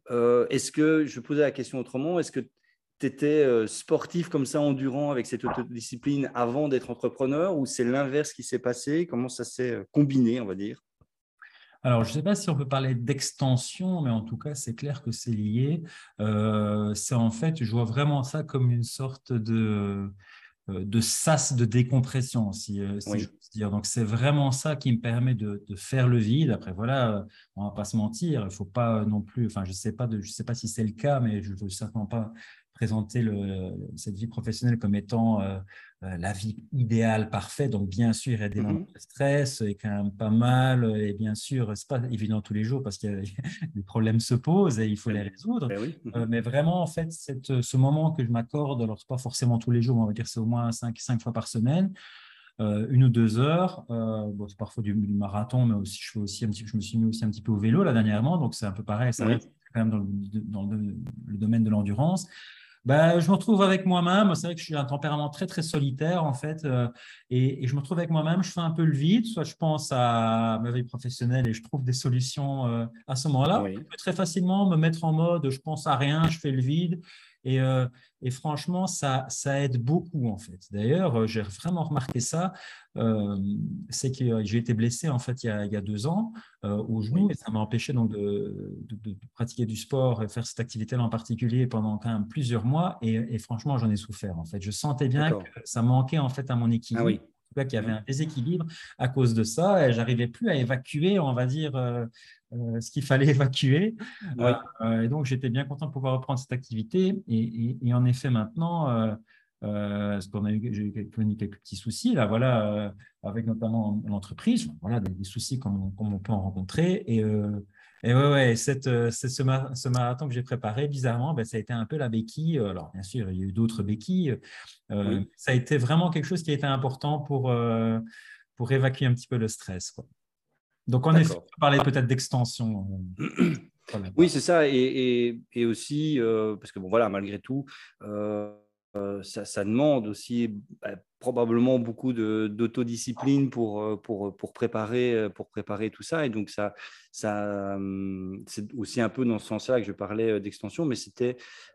euh, est-ce que, je posais la question autrement, est-ce que tu étais euh, sportif comme ça, endurant avec cette autodiscipline avant d'être entrepreneur ou c'est l'inverse qui s'est passé? Comment ça s'est euh, combiné, on va dire? Alors, je ne sais pas si on peut parler d'extension, mais en tout cas, c'est clair que c'est lié. Euh, c'est en fait, je vois vraiment ça comme une sorte de, euh, de sas de décompression, si, euh, si Oui. j'ose dire. Donc, c'est vraiment ça qui me permet de, de faire le vide. Après, voilà, euh, on ne va pas se mentir, il ne faut pas non plus, enfin, je ne sais pas de, je sais pas si c'est le cas, mais je ne veux certainement pas présenter le, cette vie professionnelle comme étant euh, euh, la vie idéale, parfaite. Donc, bien sûr, il y a des moments Mhm. de stress, et quand même pas mal. Et bien sûr, ce n'est pas évident tous les jours parce que des problèmes se posent et il faut les Ben, résoudre. ben oui. Euh, Mhm. mais vraiment, en fait, cette, ce moment que je m'accorde, alors c'est pas forcément tous les jours, mais on va dire que c'est au moins cinq, cinq fois par semaine, euh, une ou deux heures. Euh, bon, c'est parfois du, du marathon, mais aussi je fais aussi un petit, je me suis mis aussi un petit peu au vélo là dernièrement, donc c'est un peu pareil, ça Oui. reste quand même dans le, dans le, le domaine de l'endurance. Ben, je me retrouve avec moi-même. C'est vrai que je suis un tempérament très, très solitaire, en fait. euh, et, et je me retrouve avec moi-même. Je fais un peu le vide. Soit je pense à ma vie professionnelle et je trouve des solutions euh, à ce moment-là. Je Oui. peux très facilement me mettre en mode je pense à rien, je fais le vide. Et, euh, et franchement, ça, ça aide beaucoup, en fait. D'ailleurs, euh, j'ai vraiment remarqué ça. Euh, c'est que j'ai été blessé, en fait, il y a, il y a deux ans euh, au genou Oui. et ça m'a empêché donc de, de, de pratiquer du sport et faire cette activité-là en particulier pendant quand même plusieurs mois et, et franchement j'en ai souffert en fait. Je sentais bien que D'accord. ça manquait en fait à mon Ah équilibre, oui. en tout cas qu'il y avait Mhm. un déséquilibre à cause de ça et j'arrivais plus à évacuer on va dire euh, euh, ce qu'il fallait évacuer. Euh, Oui. euh, et donc j'étais bien content de pouvoir reprendre cette activité et, et, et en effet maintenant euh, euh, parce qu'on a eu, j'ai eu quelques, quelques petits soucis là, voilà, euh, avec notamment l'entreprise, voilà, des, des soucis comme on, comme on peut en rencontrer. Et, euh, et ouais, ouais, cette, euh, c'est ce, ma- ce marathon que j'ai préparé, bizarrement, ben, ça a été un peu la béquille. Alors, bien sûr, il y a eu d'autres béquilles. Euh, Oui. ça a été vraiment quelque chose qui a été important pour, euh, pour évacuer un petit peu le stress, quoi. Donc, en effet, D'accord. on parlait peut-être d'extension. euh, voilà. Oui, c'est ça. Et, et, et aussi, euh, parce que bon, voilà, malgré tout, euh, euh, ça, ça demande aussi bah, probablement beaucoup de, d'autodiscipline pour, euh, pour, pour, préparer, euh, pour préparer tout ça. Et donc, ça, ça, hum, c'est aussi un peu dans ce sens-là que je parlais euh, d'extension, mais c'était,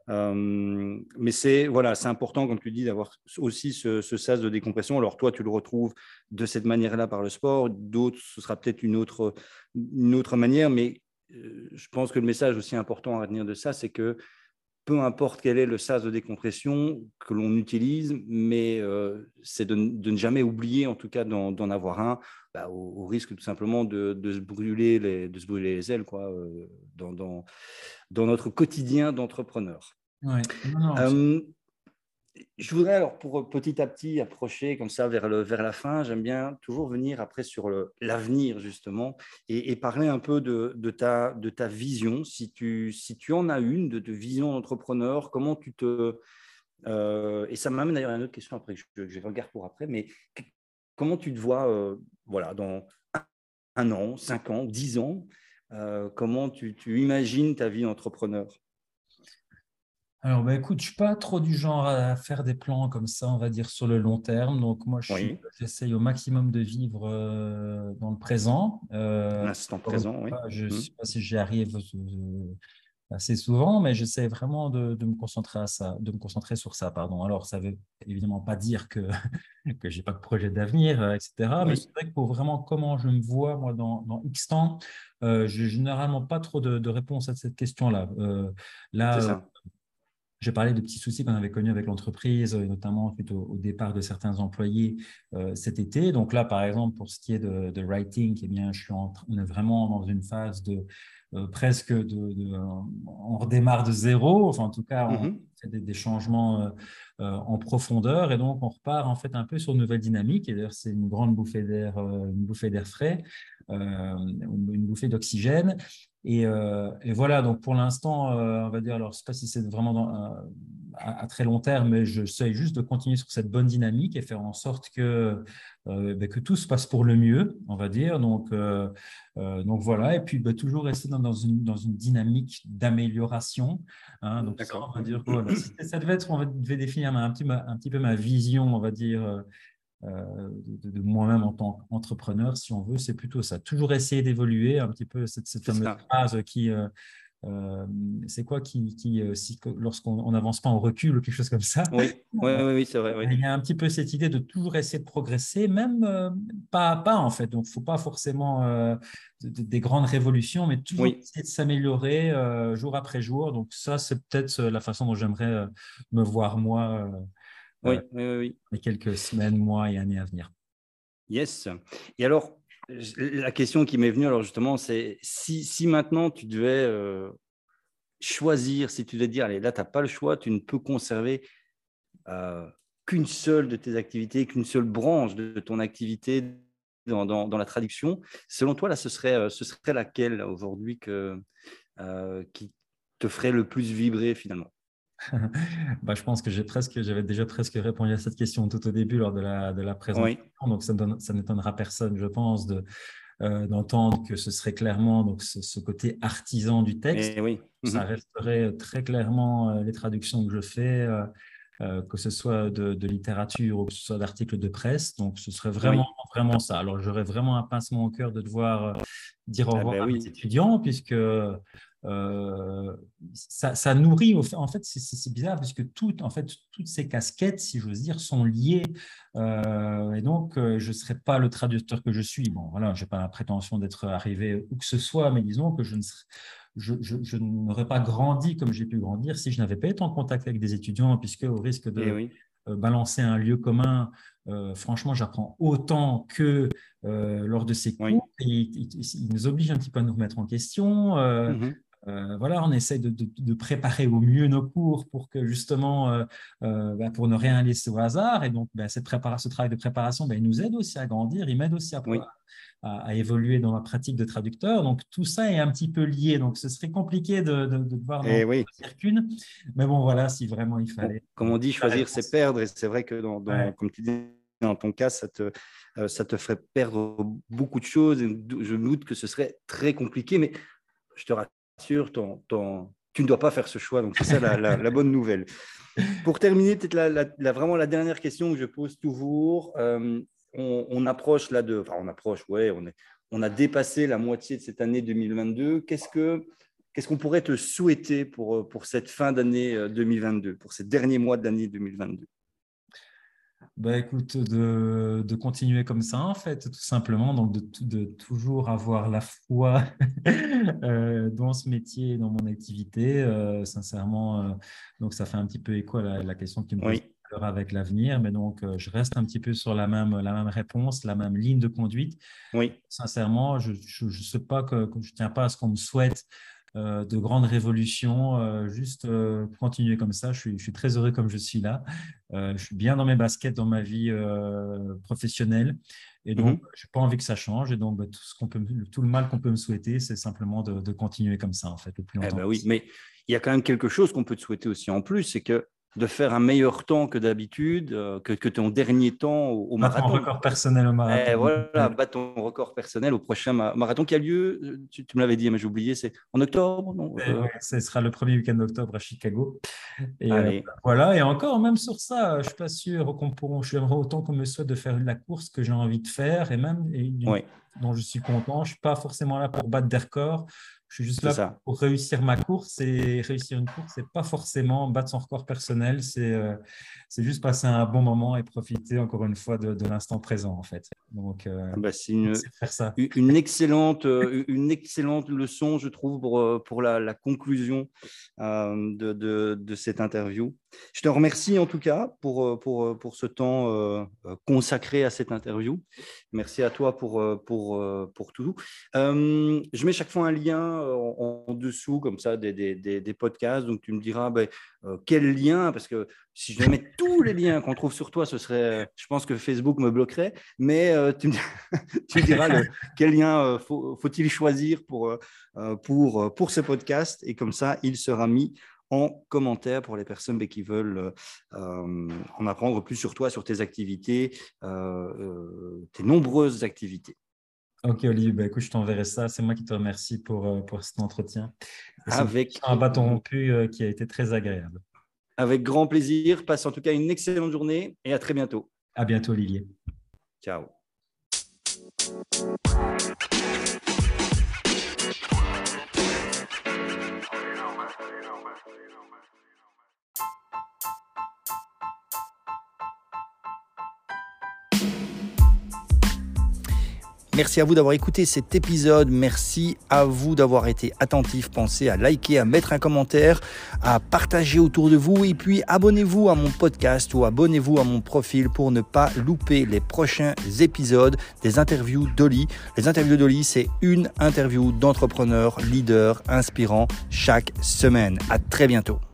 euh, mais c'est, voilà, c'est important, comme tu dis, d'avoir aussi ce, ce sas de décompression. Alors, toi, tu le retrouves de cette manière-là par le sport, d'autres, ce sera peut-être une autre, une autre manière, mais euh, je pense que le message aussi important à retenir de ça, c'est que peu importe quel est le sas de décompression que l'on utilise, mais euh, c'est de, de, ne jamais oublier, en tout cas, d'en, d'en avoir un, bah, au, au, risque tout simplement de, de, se brûler les, de se brûler les ailes quoi, euh, dans, dans, dans notre quotidien d'entrepreneur. Ouais. Non, non, absolument. Euh, je voudrais alors, pour petit à petit approcher comme ça vers, le, vers la fin, j'aime bien toujours venir après sur le, l'avenir justement et, et parler un peu de, de, ta, de ta vision. Si tu, si tu en as une, de, de vision d'entrepreneur, comment tu te... Euh, et ça m'amène d'ailleurs à une autre question après que je, que je regarde pour après, mais comment tu te vois euh, voilà, dans un an, cinq ans, dix ans, euh, comment tu, tu imagines ta vie d'entrepreneur? Alors, bah, écoute, je ne suis pas trop du genre à faire des plans comme ça, on va dire, sur le long terme. Donc, moi, je suis, Oui, j'essaye au maximum de vivre euh, dans le présent. Euh, l'instant encore une présent, oui. fois, je ne Mmh. sais pas si j'y arrive euh, assez souvent, mais j'essaie vraiment de, de me concentrer à ça, de me concentrer sur ça, pardon. Alors, ça ne veut évidemment pas dire que, que je n'ai pas de projet d'avenir, euh, et cetera. Mais Oui, c'est vrai que pour vraiment comment je me vois, moi, dans, dans X temps, euh, je n'ai généralement pas trop de, de réponse à cette question-là. Euh, c'est là, ça. j'ai parlé de petits soucis qu'on avait connus avec l'entreprise, euh, notamment suite au, au départ de certains employés euh, cet été. Donc là, par exemple, pour ce qui est de, de writing, eh bien, je suis en, on est vraiment dans une phase de euh, presque de, de, on redémarre de zéro. Enfin, en tout cas, on Mmh. fait des, des changements euh, euh, en profondeur et donc on repart en fait un peu sur une nouvelle dynamique. Et d'ailleurs, c'est une grande bouffée d'air, euh, une bouffée d'air frais, euh, une bouffée d'oxygène. Et, euh, et, voilà, donc pour l'instant, euh, on va dire, alors je ne sais pas si c'est vraiment dans, euh, à, à, très long terme, mais j'essaie juste de continuer sur cette bonne dynamique et faire en sorte que, euh, ben, que tout se passe pour le mieux, on va dire. Donc, euh, euh, donc voilà, et puis ben, toujours rester dans, dans, une, dans une dynamique d'amélioration. Hein, donc ça, D'accord. on va dire, voilà, ça devait être, on devait définir un petit, un petit peu ma vision, on va dire, euh, de, de moi-même en tant qu'entrepreneur, si on veut, c'est plutôt ça. Toujours essayer d'évoluer un petit peu cette, cette C'est fameuse ça. phrase qui, euh, euh, c'est quoi qui, qui euh, si, lorsqu'on n'avance pas, on recule ou quelque chose comme ça. Oui, oui, oui, oui c'est vrai. Oui. Il y a un petit peu cette idée de toujours essayer de progresser, même euh, pas à pas en fait. Donc, il ne faut pas forcément euh, de, de, des grandes révolutions, mais toujours Oui. essayer de s'améliorer euh, jour après jour. Donc, ça, c'est peut-être la façon dont j'aimerais euh, me voir moi euh, Oui, euh, oui, oui, oui. les quelques semaines, mois et années à venir. Yes. Et alors, la question qui m'est venue, alors justement, c'est si, si maintenant tu devais euh, choisir, si tu devais dire, allez, là, tu n'as pas le choix, tu ne peux conserver euh, qu'une seule de tes activités, qu'une seule branche de ton activité dans, dans, dans la traduction, selon toi, là, ce serait, euh, ce serait laquelle aujourd'hui que, euh, qui te ferait le plus vibrer finalement? Bah, je pense que j'ai presque, j'avais déjà presque répondu à cette question tout au début lors de la, de la présentation. Oui. Donc, ça, donne, ça n'étonnera personne, je pense, de, euh, d'entendre que ce serait clairement donc, ce, ce côté artisan du texte. Et oui. Ça Mm-hmm. resterait très clairement euh, les traductions que je fais, euh, euh, que ce soit de, de littérature ou que ce soit d'articles de presse. Donc, ce serait vraiment, Oui. vraiment ça. Alors, j'aurais vraiment un pincement au cœur de devoir euh, dire au Ah revoir ben à mes oui. étudiants, puisque euh, ça, ça nourrit, en fait, c'est, c'est bizarre, puisque tout, en fait, toutes ces casquettes, si j'ose dire, sont liées. Euh, et donc, euh, je ne serais pas le traducteur que je suis. Bon, voilà, je n'ai pas la prétention d'être arrivé où que ce soit, mais disons que je ne serais, je, je, je n'aurais pas grandi comme j'ai pu grandir si je n'avais pas été en contact avec des étudiants, puisque au risque Et de oui. euh, balancer un lieu commun, euh, franchement, j'apprends autant que euh, lors de ces Oui. cours. Et, ils, ils nous obligent un petit peu à nous remettre en question. Euh, Mm-hmm. euh, voilà, on essaie de, de, de préparer au mieux nos cours pour que justement, euh, euh, bah, pour ne rien laisser au hasard. Et donc, bah, cette préparation, ce travail de préparation, bah, il nous aide aussi à grandir, il m'aide aussi à, Oui. à, à évoluer dans ma pratique de traducteur. Donc, tout ça est un petit peu lié. Donc, ce serait compliqué de, de, de devoir n'en Et oui. choisir qu'une. Mais bon, voilà, si vraiment il Bon, fallait. comme on dit, La choisir, c'est réponse. perdre. Et c'est vrai que, dans, dans, Ouais. comme tu dis, dans ton cas, ça te, euh, ça te ferait perdre beaucoup de choses. Et je doute que ce serait très compliqué. Mais je te rassure, ton, ton, tu ne dois pas faire ce choix. Donc, c'est ça la, la, la bonne nouvelle. Pour terminer, peut-être la, la, la, vraiment la dernière question que je pose toujours. Euh, on, on approche là de. Enfin, on approche, ouais, on, est, on a dépassé la moitié de cette année deux mille vingt-deux. Qu'est-ce que. Qu'est-ce qu'on pourrait te souhaiter pour, pour cette fin d'année deux mille vingt-deux, pour ces derniers mois de l'année deux mille vingt-deux? Bah, écoute, de, de continuer comme ça, en fait, tout simplement, donc de, de toujours avoir la foi euh, dans ce métier, dans mon activité, euh, sincèrement. Euh, donc, ça fait un petit peu écho à la, la question que tu me poses Oui. tout à l'heure avec l'avenir, mais donc, euh, je reste un petit peu sur la même, la même réponse, la même ligne de conduite. Oui. Sincèrement, je ne sais pas que, que je tiens pas à ce qu'on me souhaite euh, de grandes révolutions, euh, juste euh, continuer comme ça. Je suis, je suis très heureux comme je suis là. Euh, je suis bien dans mes baskets dans ma vie euh, professionnelle et donc Mm-hmm. je n'ai pas envie que ça change. Et donc, bah, tout, ce qu'on peut, tout le mal qu'on peut me souhaiter, c'est simplement de, de continuer comme ça, en fait, le plus Eh longtemps ben oui, possible. mais il y a quand même quelque chose qu'on peut te souhaiter aussi en plus, c'est que de faire un meilleur temps que d'habitude, euh, que, que ton dernier temps au, au Battre mon marathon. record personnel au marathon. Et voilà, bat ton record personnel au prochain marathon qui a lieu, tu, tu me l'avais dit, mais j'ai oublié, c'est en octobre, non Et euh, ouais, ce sera le premier week-end d'octobre à Chicago. Et euh, Allez, voilà, et encore, même sur ça, je ne suis pas sûr qu'on pourra, j'aimerais autant qu'on me souhaite de faire la course que j'ai envie de faire, et même et une- oui, dont je suis content. Je ne suis pas forcément là pour battre des records, je suis juste c'est là ça. pour réussir ma course, et réussir une course, c'est pas forcément battre son record personnel, c'est euh, c'est juste passer un bon moment et profiter encore une fois de, de l'instant présent, en fait. Donc, euh, Ah bah, c'est une, c'est faire ça. une, excellente, une excellente leçon, je trouve, pour, pour la, la conclusion euh, de, de, de cette interview. Je te remercie en tout cas pour, pour, pour ce temps euh, consacré à cette interview. Merci à toi pour, pour, pour tout. Euh, je mets chaque fois un lien en, en dessous, comme ça, des, des, des, podcasts. Donc, tu me diras ben, euh, quel lien, parce que si je devais mettre tous les liens qu'on trouve sur toi, ce serait, je pense que Facebook me bloquerait. Mais euh, tu, me, tu me diras le, quel lien euh, faut, faut-il choisir pour, euh, pour, pour ce podcast. Et comme ça, il sera mis en commentaire pour les personnes qui veulent euh, en apprendre plus sur toi, sur tes activités, euh, euh, tes nombreuses activités. Ok, Olivier, bah, écoute, je t'enverrai ça. C'est moi qui te remercie pour, euh, pour cet entretien et cette Avec, discussion à bâton rompu euh, qui a été très agréable. avec grand plaisir. Passe en tout cas une excellente journée et à très bientôt. À bientôt, Olivier. Ciao. Merci à vous d'avoir écouté cet épisode. Merci à vous d'avoir été attentifs. Pensez à liker, à mettre un commentaire, à partager autour de vous. Et puis, abonnez-vous à mon podcast ou abonnez-vous à mon profil pour ne pas louper les prochains épisodes des interviews d'Oli. Les interviews d'Oli, c'est une interview d'entrepreneur, leader, inspirant chaque semaine. À très bientôt.